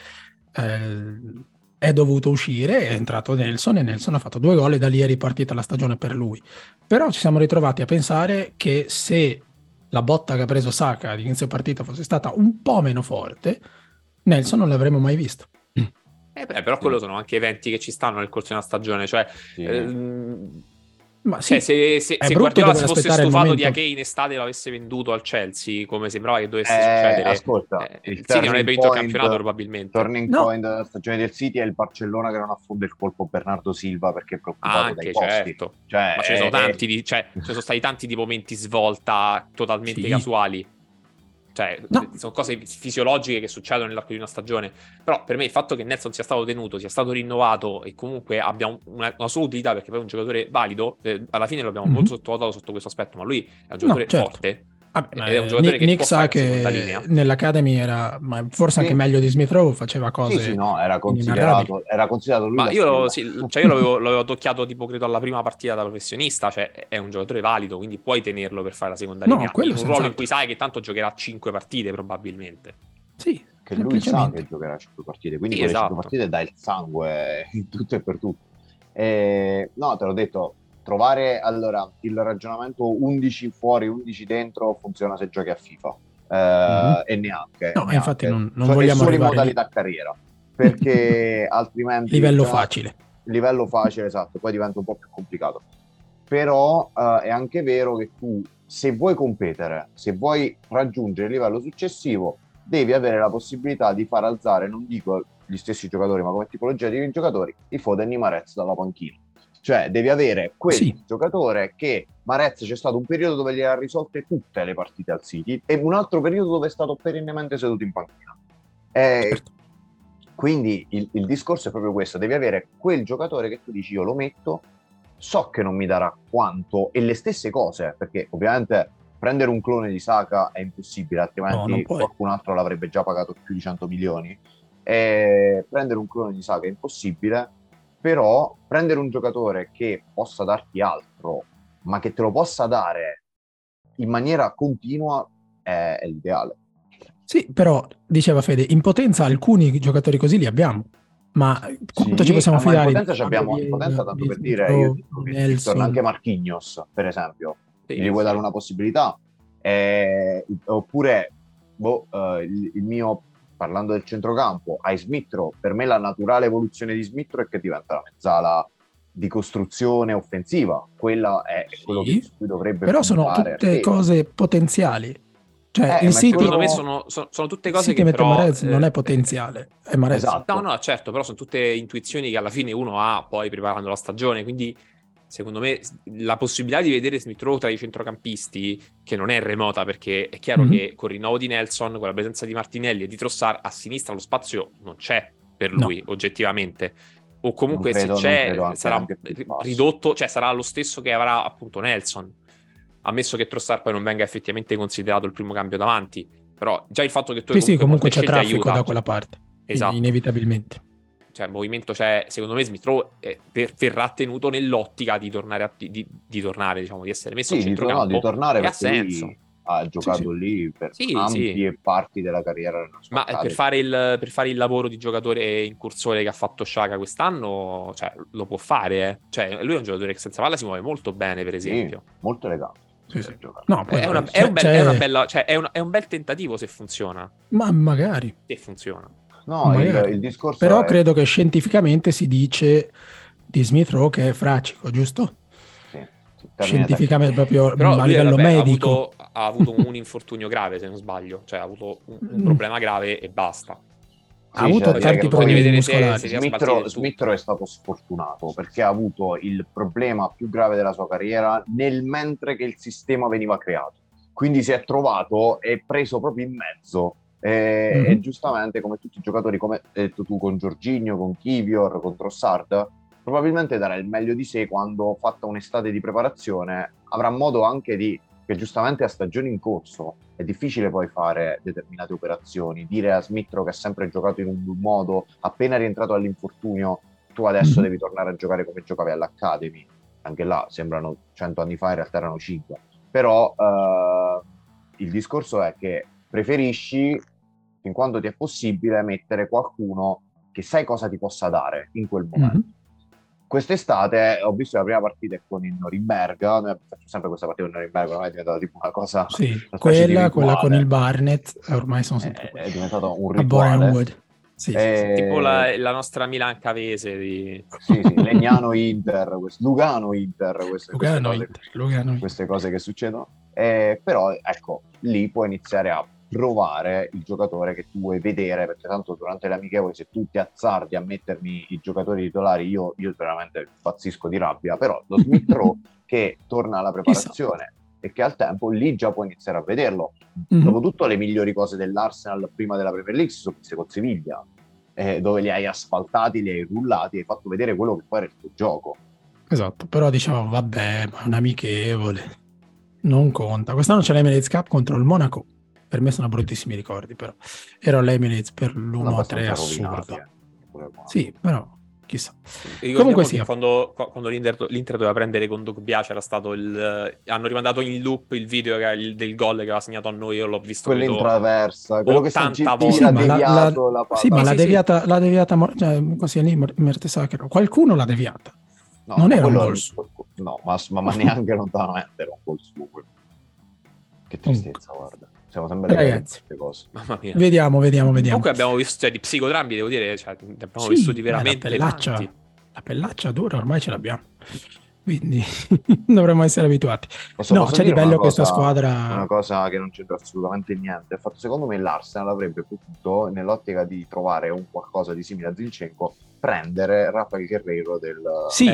è dovuto uscire, è entrato Nelson e Nelson ha fatto 2 gol e da lì è ripartita la stagione per lui. Però ci siamo ritrovati a pensare che se la botta che ha preso Saka all'inizio partita fosse stata un po' meno forte, Nelson non l'avremmo mai visto. Però quello sono anche eventi che ci stanno nel corso di una stagione, cioè Ma sì, se Guardiola si fosse stufato di Ake in estate e lo avesse venduto al Chelsea, come sembrava che dovesse succedere, ascolta, il City non avrebbe vinto il campionato probabilmente. Turning point della stagione del City è il Barcellona che non affonda il colpo Bernardo Silva perché è preoccupato dai costi. Certo. Ma ce ne sono tanti, ci sono stati tanti di momenti svolta totalmente casuali. Cioè, sono cose fisiologiche che succedono nell'arco di una stagione. Però per me il fatto che Nelson sia stato tenuto, sia stato rinnovato e comunque abbia una sua utilità, perché poi è un giocatore valido, alla fine lo abbiamo molto sottovalutato sotto questo aspetto, ma lui è un giocatore forte. È un giocatore che Nick sa che nell'Academy era forse anche meglio di Smith Rowe, faceva cose era considerato lui. Ma io l'avevo tocchiato tipo credo alla prima partita da professionista, cioè è un giocatore valido, quindi puoi tenerlo per fare la seconda linea in un ruolo in cui sai che tanto giocherà 5 partite probabilmente. Sì, che lui sa che giocherà 5 partite, quindi quelle 5 partite dà il sangue in tutto e per tutto. No, te l'ho detto, trovare il ragionamento 11 fuori, 11 dentro funziona se giochi a FIFA e neanche. Infatti non vogliamo solo in arrivare modalità carriera, perché altrimenti livello facile, esatto, poi diventa un po' più complicato. Però è anche vero che tu, se vuoi competere, se vuoi raggiungere il livello successivo, devi avere la possibilità di far alzare, non dico gli stessi giocatori, ma come tipologia di giocatori, i Foden e Mahrez dalla panchina. Cioè devi avere quel giocatore che Mahrez c'è stato un periodo dove gli ha risolte tutte le partite al City e un altro periodo dove è stato perennemente seduto in panchina. Quindi il discorso è proprio questo, devi avere quel giocatore che tu dici io lo metto, so che non mi darà quanto e le stesse cose, perché ovviamente prendere un clone di Saka è impossibile, altrimenti qualcun altro l'avrebbe già pagato più di 100 milioni. Prendere un clone di Saka è impossibile, però prendere un giocatore che possa darti altro, ma che te lo possa dare in maniera continua è l'ideale. Sì, però, diceva Fede, in potenza alcuni giocatori così li abbiamo, ma quanto ci possiamo fidare? In potenza, tanto per dire, io dico che torna anche Marquinhos, per esempio, gli vuoi dare una possibilità? Oppure, il mio... parlando del centrocampo, hai Smith Rowe. Per me la naturale evoluzione di Smith Rowe è che diventa la mezzala di costruzione offensiva. Quella è quello che dovrebbe però sono tutte cose potenziali. Cioè, il City, secondo me sono tutte cose che però... Mahrez non è potenziale, è Mahrez. Esatto. No, certo, però sono tutte intuizioni che alla fine uno ha poi preparando la stagione, quindi secondo me la possibilità di vedere Smith Rowe tra i centrocampisti, che non è remota, perché è chiaro che con il rinnovo di Nelson, con la presenza di Martinelli e di Trossard, a sinistra lo spazio non c'è per lui oggettivamente, o comunque se c'è sarà ridotto, cioè sarà lo stesso che avrà appunto Nelson, ammesso che Trossard poi non venga effettivamente considerato il primo cambio davanti. Però già il fatto che tu comunque c'è traffico da quella parte, esatto, inevitabilmente. Cioè il movimento c'è, secondo me Smith Rowe verrà tenuto nell'ottica di tornare diciamo, di essere messo in centrocampo, di tornare, ha senso. Ha giocato lì per ampie parti della carriera, ma per fare il lavoro di giocatore incursore che ha fatto Xhaka quest'anno, cioè lo può fare, Cioè lui è un giocatore che senza palla si muove molto bene, per esempio, molto elegante. No, è un bel tentativo se funziona, ma magari se funziona. No, il discorso però credo che scientificamente si dice di Smith Rowe che è fracico, giusto? Sì, scientificamente proprio, però a livello medico ha avuto un infortunio grave, se non sbaglio, cioè ha avuto un problema grave e basta. Ha avuto tanti problemi muscolari. Smith Rowe è stato sfortunato perché ha avuto il problema più grave della sua carriera nel mentre che il sistema veniva creato, quindi si è trovato e preso proprio in mezzo. E giustamente, come tutti i giocatori, come hai detto tu, con Jorginho, con Kivior, con Trossard, probabilmente darà il meglio di sé quando, fatta un'estate di preparazione, avrà modo anche che giustamente a stagioni in corso è difficile poi fare determinate operazioni, dire a Smith Rowe che ha sempre giocato in un modo, appena rientrato dall'infortunio tu adesso devi tornare a giocare come giocavi all'Academy, anche là sembrano 100 anni fa, in realtà erano 5, però il discorso è che preferisci, fin quando ti è possibile, mettere qualcuno che sai cosa ti possa dare in quel momento. Quest'estate ho visto la prima partita con il Norimberga, noi facciamo sempre questa partita con il Norimberga, ormai è diventata tipo una cosa... Sì, quella con il Barnet, ormai sono sempre è diventato un rituale. Sì, tipo la nostra Milan Cavese di... Sì, Legnano Inter, Lugano Inter, queste cose che succedono. Però ecco, lì puoi iniziare a provare il giocatore che tu vuoi vedere, perché tanto durante le amichevoli se tu ti azzardi a mettermi i giocatori titolari io veramente impazzisco di rabbia, però lo Smith Rowe che torna alla preparazione e che al tempo lì già puoi iniziare a vederlo. Dopotutto le migliori cose dell'Arsenal prima della Premier League si sono viste con Siviglia, dove li hai asfaltati, li hai rullati, hai fatto vedere quello che poi era il tuo gioco. Esatto, però diciamo vabbè, ma un amichevole non conta. Quest'anno c'è l'Emirates Cup contro il Monaco. Per me sono bruttissimi ricordi, però ero all'Emirates per l'1-3 assurdo. Sì, però chissà. Comunque sì, quando l'Inter doveva prendere con Dogbia c'era stato hanno rimandato in loop il video del gol che aveva segnato a noi, io l'ho visto quello in traversa, quello che sta volte. Sì, ma l'ha deviata così lì Mertesacker. Qualcuno l'ha deviata. No, non era un gol suo. No, ma neanche lontanamente era un gol suo. Che tristezza, guarda. Siamo sempre ragazzi, queste cose. Mamma mia. Vediamo. Comunque abbiamo visto, di psicodrammi, devo dire, abbiamo visto veramente tanti. La pellaccia dura ormai ce l'abbiamo. Quindi dovremmo essere abituati. C'è di bello questa squadra. Una cosa che non c'entra assolutamente niente. Secondo me l'Arsenal avrebbe potuto, nell'ottica di trovare un qualcosa di simile a Zinchenko, prendere Rafael Guerreiro del...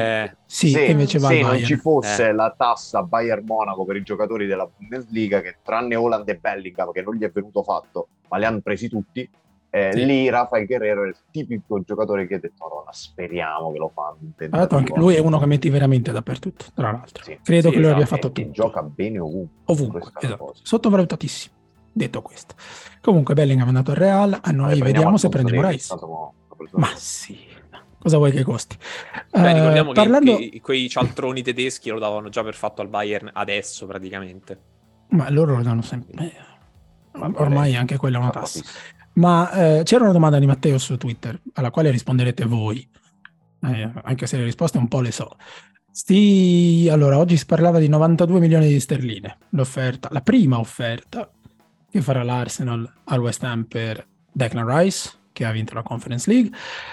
se invece va non ci fosse la tassa Bayern Monaco per i giocatori della Bundesliga, che tranne Haaland e Bellingham, che non gli è venuto fatto, ma li hanno presi tutti, lì Rafael Guerreiro è il tipico giocatore che ha detto Madonna, speriamo che lo fanno. Anche lui è uno che metti veramente dappertutto, tra l'altro. Credo che lui abbia fatto tutto. Gioca bene ovunque. Esatto. Sottovalutatissimo. Detto questo, comunque Bellingham è andato al Real, a noi vediamo se prendiamo Rice. Ma sì, cosa vuoi che costi? Ricordiamo che quei cialtroni tedeschi lo davano già per fatto al Bayern adesso praticamente. Ma loro lo danno sempre. Ormai anche quella è una tassa. Ma c'era una domanda di Matteo su Twitter alla quale risponderete voi, anche se le risposte un po' le so. Allora, oggi si parlava di 92 milioni di sterline, la prima offerta che farà l'Arsenal al West Ham per Declan Rice, che ha vinto la Conference League.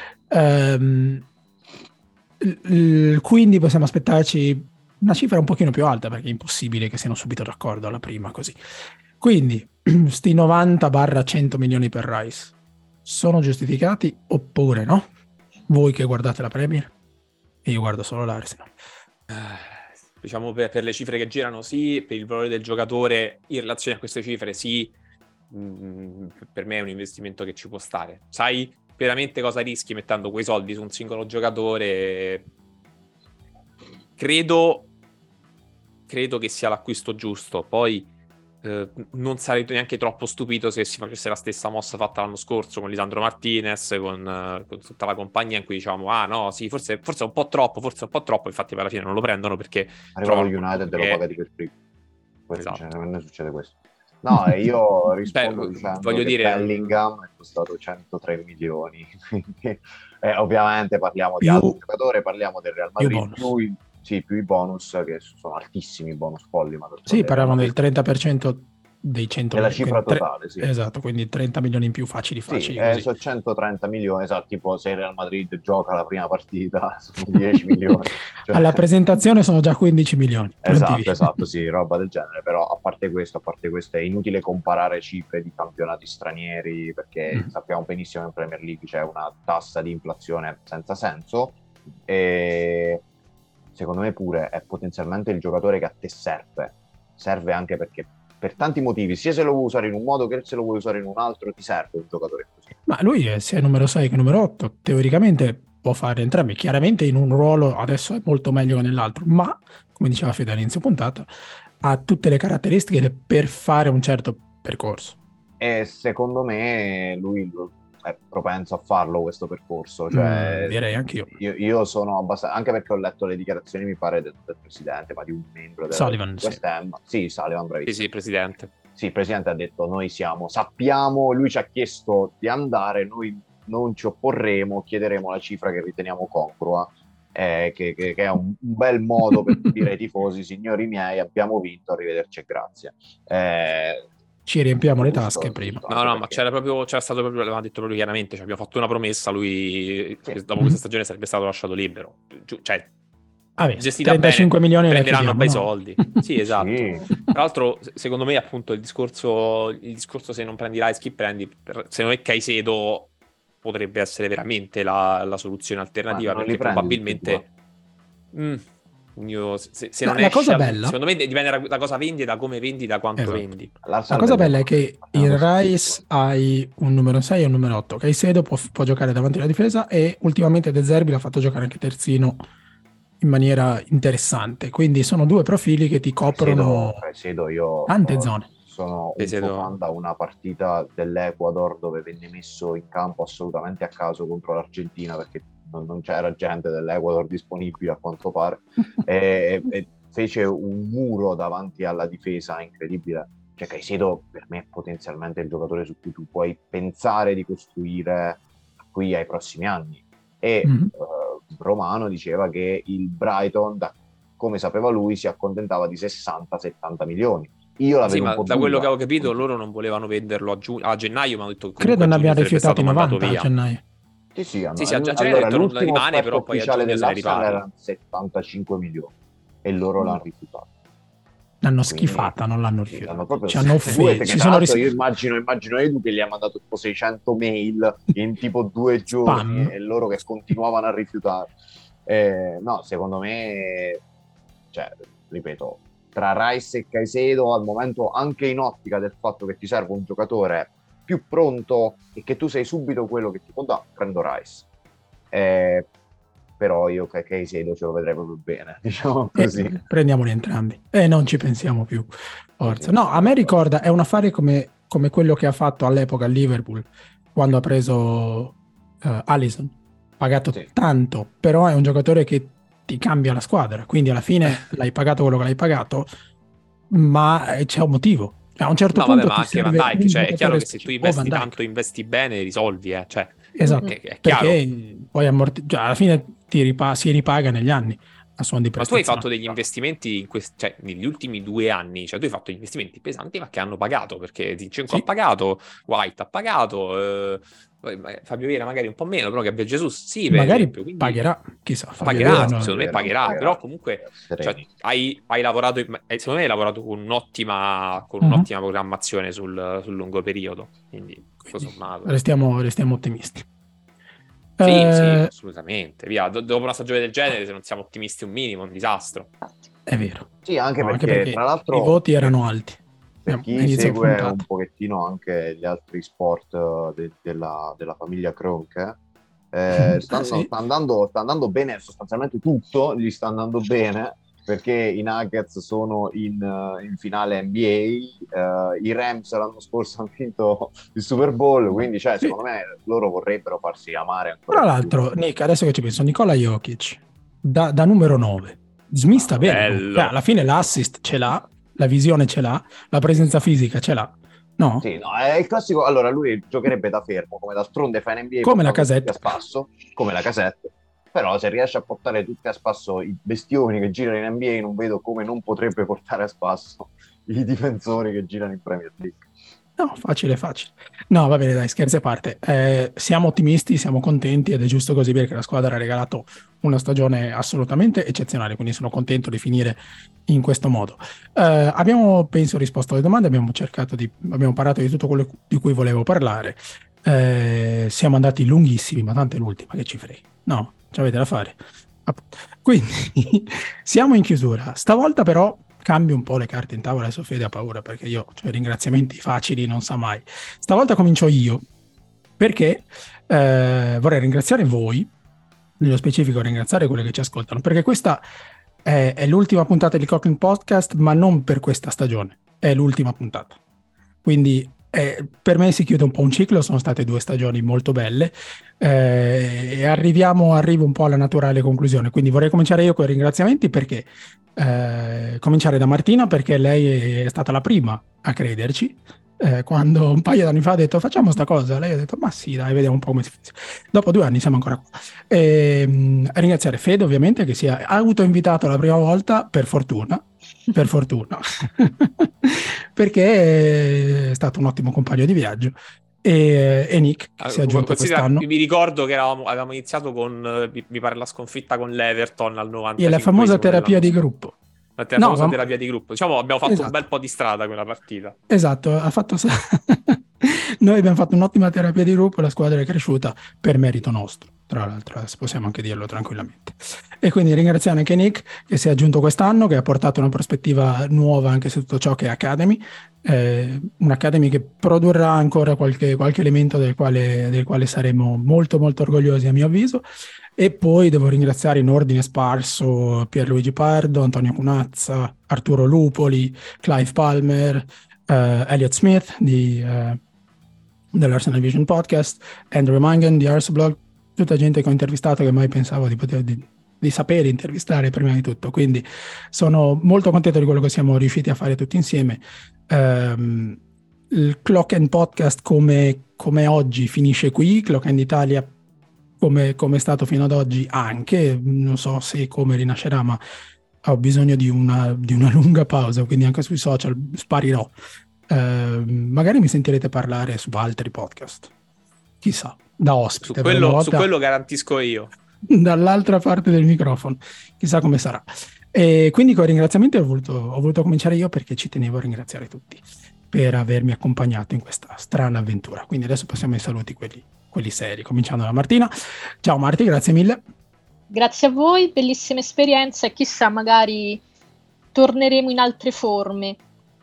Quindi possiamo aspettarci una cifra un pochino più alta, perché è impossibile che siano subito d'accordo alla prima così. Quindi sti 90-100 milioni per Rice sono giustificati oppure no? Voi che guardate la Premier e io guardo solo l'Arsenal. Diciamo per le cifre che girano sì, per il valore del giocatore in relazione a queste cifre sì, per me è un investimento che ci può stare. Sai veramente cosa rischi mettendo quei soldi su un singolo giocatore? Credo che sia l'acquisto giusto. Poi non sarei neanche troppo stupito se si facesse la stessa mossa fatta l'anno scorso con Lisandro Martinez, con tutta la compagnia, in cui diciamo no, sì, forse è un po' troppo, infatti per alla fine non lo prendono perché arriva lo United e lo pagati per free. Esatto. Non succede questo. No, io rispondo dicendo voglio dire, Bellingham è costato 103 milioni. Ovviamente parliamo di altro giocatore, parliamo del Real Madrid, più i bonus, che sono altissimi, i bonus folli. Ma parlavano del 30% dei 100 della cifra totale, sì. Esatto, quindi 30 milioni in più facili. Sì, sono 130 milioni, esatto, tipo se il Real Madrid gioca la prima partita sono 10 milioni. Cioè... Alla presentazione sono già 15 milioni. Esatto, sì, roba del genere, però a parte questo è inutile comparare cifre di campionati stranieri, perché sappiamo benissimo che in Premier League c'è una tassa di inflazione senza senso, e secondo me pure è potenzialmente il giocatore che a te serve anche perché per tanti motivi, sia se lo vuoi usare in un modo che se lo vuoi usare in un altro, ti serve un giocatore così. Ma lui è sia numero 6 che numero 8, teoricamente può fare entrambi, chiaramente in un ruolo adesso è molto meglio che nell'altro, ma come diceva Fede all'inizio puntata, ha tutte le caratteristiche per fare un certo percorso. E secondo me lui è propenso a farlo questo percorso, cioè direi anche io sono abbastanza, anche perché ho letto le dichiarazioni mi pare del presidente, ma di un membro del West Ham. Sì, Sullivan, bravissimo. Sì, presidente. Sì, il presidente ha detto sappiamo, lui ci ha chiesto di andare, noi non ci opporremo, chiederemo la cifra che riteniamo congrua, che è un bel modo per dire ai tifosi: signori miei, abbiamo vinto, arrivederci e grazie. ci riempiamo le tasche prima. No, ma c'era stato proprio, l'aveva detto proprio chiaramente, cioè, abbiamo fatto una promessa, lui dopo questa stagione sarebbe stato lasciato libero. Cioè, gestita 35 bene, milioni prenderanno bei no? soldi. Sì, esatto. Sì. Tra l'altro, secondo me, appunto, il discorso se non prendi Rice, chi prendi? Secondo me Caicedo potrebbe essere veramente la soluzione alternativa, perché probabilmente... se non la cosa bella, secondo me dipende da cosa vendi, da come vendi, da quanto vendi. La cosa bella è che in Rice hai un numero 6 e un numero 8. Caicedo può giocare davanti alla difesa e ultimamente De Zerbi l'ha fatto giocare anche terzino in maniera interessante. Quindi sono due profili che ti coprono tante zone. Sono un fan da una partita dell'Ecuador dove venne messo in campo assolutamente a caso contro l'Argentina, perché non c'era gente dell'Ecuador disponibile a quanto pare, e fece un muro davanti alla difesa incredibile. Cioè Caicedo per me è potenzialmente il giocatore su cui tu puoi pensare di costruire qui ai prossimi anni. E Romano diceva che il Brighton, come sapeva lui, si accontentava di 60-70 milioni. Io la vedo un po' da quello che avevo capito, loro non volevano venderlo a gennaio, ma hanno detto che credo ne abbiano rifiutato 90 a gennaio. Sì, a gennaio allora, non rimane, però poi a giugno se ne riparte. Erano 75 milioni e loro l'hanno rifiutato. L'hanno schifata, non l'hanno rifiutato. Ci hanno offeso. Io immagino Edu che gli ha mandato tipo 600 mail in tipo 2 giorni e loro che continuavano a rifiutare. No, secondo me, cioè, ripeto, tra Rice e Caicedo al momento, anche in ottica del fatto che ti serve un giocatore più pronto e che tu sei subito quello che ti può dare, prendo Rice. Però io che Caicedo ce lo vedrei proprio bene, diciamo così. Prendiamoli entrambi e non ci pensiamo più. Forza. No, a me ricorda, è un affare come quello che ha fatto all'epoca a Liverpool quando ha preso Alisson, pagato tanto, però è un giocatore che ti cambia la squadra, quindi alla fine l'hai pagato quello che l'hai pagato, ma c'è un motivo. A un certo punto ma anche Van Dijk, cioè è chiaro che se tu investi tanto, investi bene, risolvi, cioè. Esatto, è chiaro. Perché poi alla fine si ripaga negli anni a suon di prestazione. Ma tu hai fatto degli investimenti cioè, negli ultimi 2 anni, cioè tu hai fatto degli investimenti pesanti ma che hanno pagato, perché Zinchenko ha pagato, White ha pagato, Fabio Vieira magari un po' meno, però Gabriel Jesus sì, magari esempio, quindi pagherà, chissà. Secondo me pagherà, però comunque cioè, hai lavorato, secondo me hai lavorato con un'ottima programmazione sul lungo periodo, quindi sommato. Restiamo ottimisti. Sì, assolutamente. Via, dopo una stagione del genere, se non siamo ottimisti un minimo, è un disastro. È vero. Sì, anche perché tra l'altro i voti erano alti. Per chi segue un pochettino anche gli altri sport della famiglia Kroenke, sta andando bene, sostanzialmente tutto gli sta andando bene, perché i Nuggets sono in finale NBA, i Rams l'anno scorso hanno vinto il Super Bowl, quindi secondo me loro vorrebbero farsi amare ancora. Tra l'altro, Nick, adesso che ci penso, Nikola Jokic da numero 9 smista bene, alla fine l'assist ce l'ha, la visione ce l'ha, la presenza fisica ce l'ha. No? Sì, no, è il classico. Allora lui giocherebbe da fermo, come d'altronde fa in NBA, come la Casette a spasso, come la Casette. Però se riesce a portare tutti a spasso i bestioni che girano in NBA, non vedo come non potrebbe portare a spasso i difensori che girano in Premier League. No, facile. No, va bene, dai, scherzi a parte. Siamo ottimisti, siamo contenti ed è giusto così, perché la squadra ha regalato una stagione assolutamente eccezionale, quindi sono contento di finire in questo modo. Abbiamo, penso, risposto alle domande, abbiamo parlato di tutto quello di cui volevo parlare. Siamo andati lunghissimi, ma tanto è l'ultima, che ci frega. No, ci avete da fare. Quindi siamo in chiusura. Stavolta però cambio un po' le carte in tavola, adesso Fede ha paura perché io, ringraziamenti facili non sa mai. Stavolta comincio io, perché vorrei ringraziare voi, nello specifico ringraziare quelli che ci ascoltano, perché questa è l'ultima puntata di Cochlin Podcast, ma non per questa stagione, è l'ultima puntata. Quindi per me si chiude un po' un ciclo, sono state 2 stagioni molto belle e arrivo un po' alla naturale conclusione, quindi vorrei cominciare io con i ringraziamenti, perché cominciare da Martina, perché lei è stata la prima a crederci quando un paio d'anni fa ha detto facciamo sta cosa, lei ha detto ma sì dai, vediamo un po' come si fa. Dopo 2 anni siamo ancora qua. Ringraziare Fede ovviamente, che si è autoinvitato la prima volta, per fortuna, per fortuna, perché è stato un ottimo compagno di viaggio. E Nick che si è aggiunto quest'anno. Mi ricordo che avevamo iniziato con mi pare la sconfitta con l'Everton al 95esimo. E la famosa terapia di gruppo. La famosa terapia di gruppo. Diciamo abbiamo fatto un bel po' di strada quella partita. Esatto, noi abbiamo fatto un'ottima terapia di gruppo, la squadra è cresciuta per merito nostro, tra l'altro, possiamo anche dirlo tranquillamente. E quindi ringraziamo anche Nick che si è aggiunto quest'anno, che ha portato una prospettiva nuova anche su tutto ciò che è Academy, un'Academy che produrrà ancora qualche elemento del quale saremo molto molto orgogliosi a mio avviso. E poi devo ringraziare in ordine sparso Pierluigi Pardo, Antonio Cunazza, Arturo Lupoli, Clive Palmer, Elliot Smith dell'Arsenal Vision Podcast, Andrew Mangan di Arseblog, tutta gente che ho intervistato che mai pensavo di sapere intervistare prima di tutto, quindi sono molto contento di quello che siamo riusciti a fare tutti insieme. Il Clock End Podcast come oggi finisce qui, Clock End Italia come è stato fino ad oggi anche, non so se come rinascerà, ma ho bisogno di una lunga pausa, quindi anche sui social sparirò. Magari mi sentirete parlare su altri podcast, chissà, da ospite. Su quello garantisco io. Dall'altra parte del microfono, chissà come sarà. E quindi con i ringraziamenti ho voluto cominciare io perché ci tenevo a ringraziare tutti per avermi accompagnato in questa strana avventura. Quindi adesso passiamo ai saluti, quelli seri, cominciando da Martina. Ciao Marti, grazie mille. Grazie a voi, bellissima esperienza e chissà, magari torneremo in altre forme.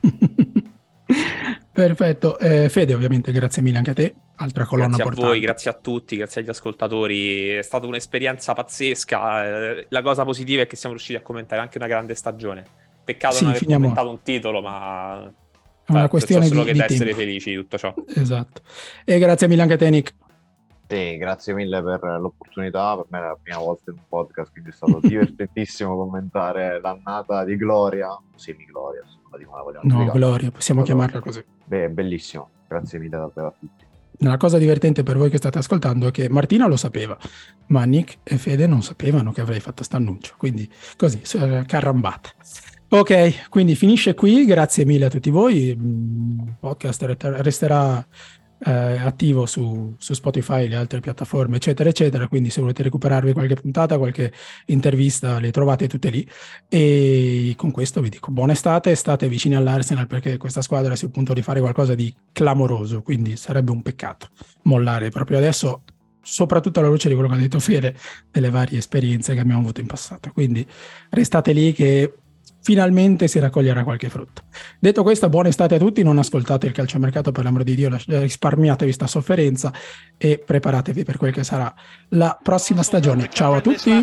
Perfetto. Fede, ovviamente grazie mille anche a te, altra colonna portante. Grazie a voi, grazie a tutti, grazie agli ascoltatori, è stata un'esperienza pazzesca. La cosa positiva è che siamo riusciti a commentare anche una grande stagione. Peccato non aver commentato un titolo, ma è una questione solo di da essere tempo. Felici di tutto ciò. Esatto. E grazie mille anche a te, Nick. Sì, grazie mille per l'opportunità, per me è la prima volta in un podcast, quindi è stato divertentissimo commentare l'annata di Gloria, semi-Gloria, Gloria, possiamo chiamarla così. Beh, bellissimo, grazie mille davvero a tutti. La cosa divertente per voi che state ascoltando è che Martina lo sapeva, ma Nick e Fede non sapevano che avrei fatto st'annuncio, quindi così, carambata. Ok, quindi finisce qui, grazie mille a tutti voi, il podcast resterà attivo su Spotify, le altre piattaforme, eccetera, eccetera, quindi se volete recuperarvi qualche puntata, qualche intervista, le trovate tutte lì. E con questo vi dico buona estate, state vicini all'Arsenal perché questa squadra è sul punto di fare qualcosa di clamoroso, quindi sarebbe un peccato mollare proprio adesso, soprattutto alla luce di quello che ha detto Fede, delle varie esperienze che abbiamo avuto in passato. Quindi restate lì che finalmente si raccoglierà qualche frutto. Detto questo, buona estate a tutti, non ascoltate il calciomercato, per l'amor di Dio, risparmiatevi sta sofferenza e preparatevi per quel che sarà la prossima stagione. Ciao a tutti.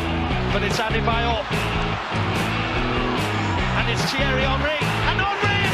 And it's Thierry Henry, and Henry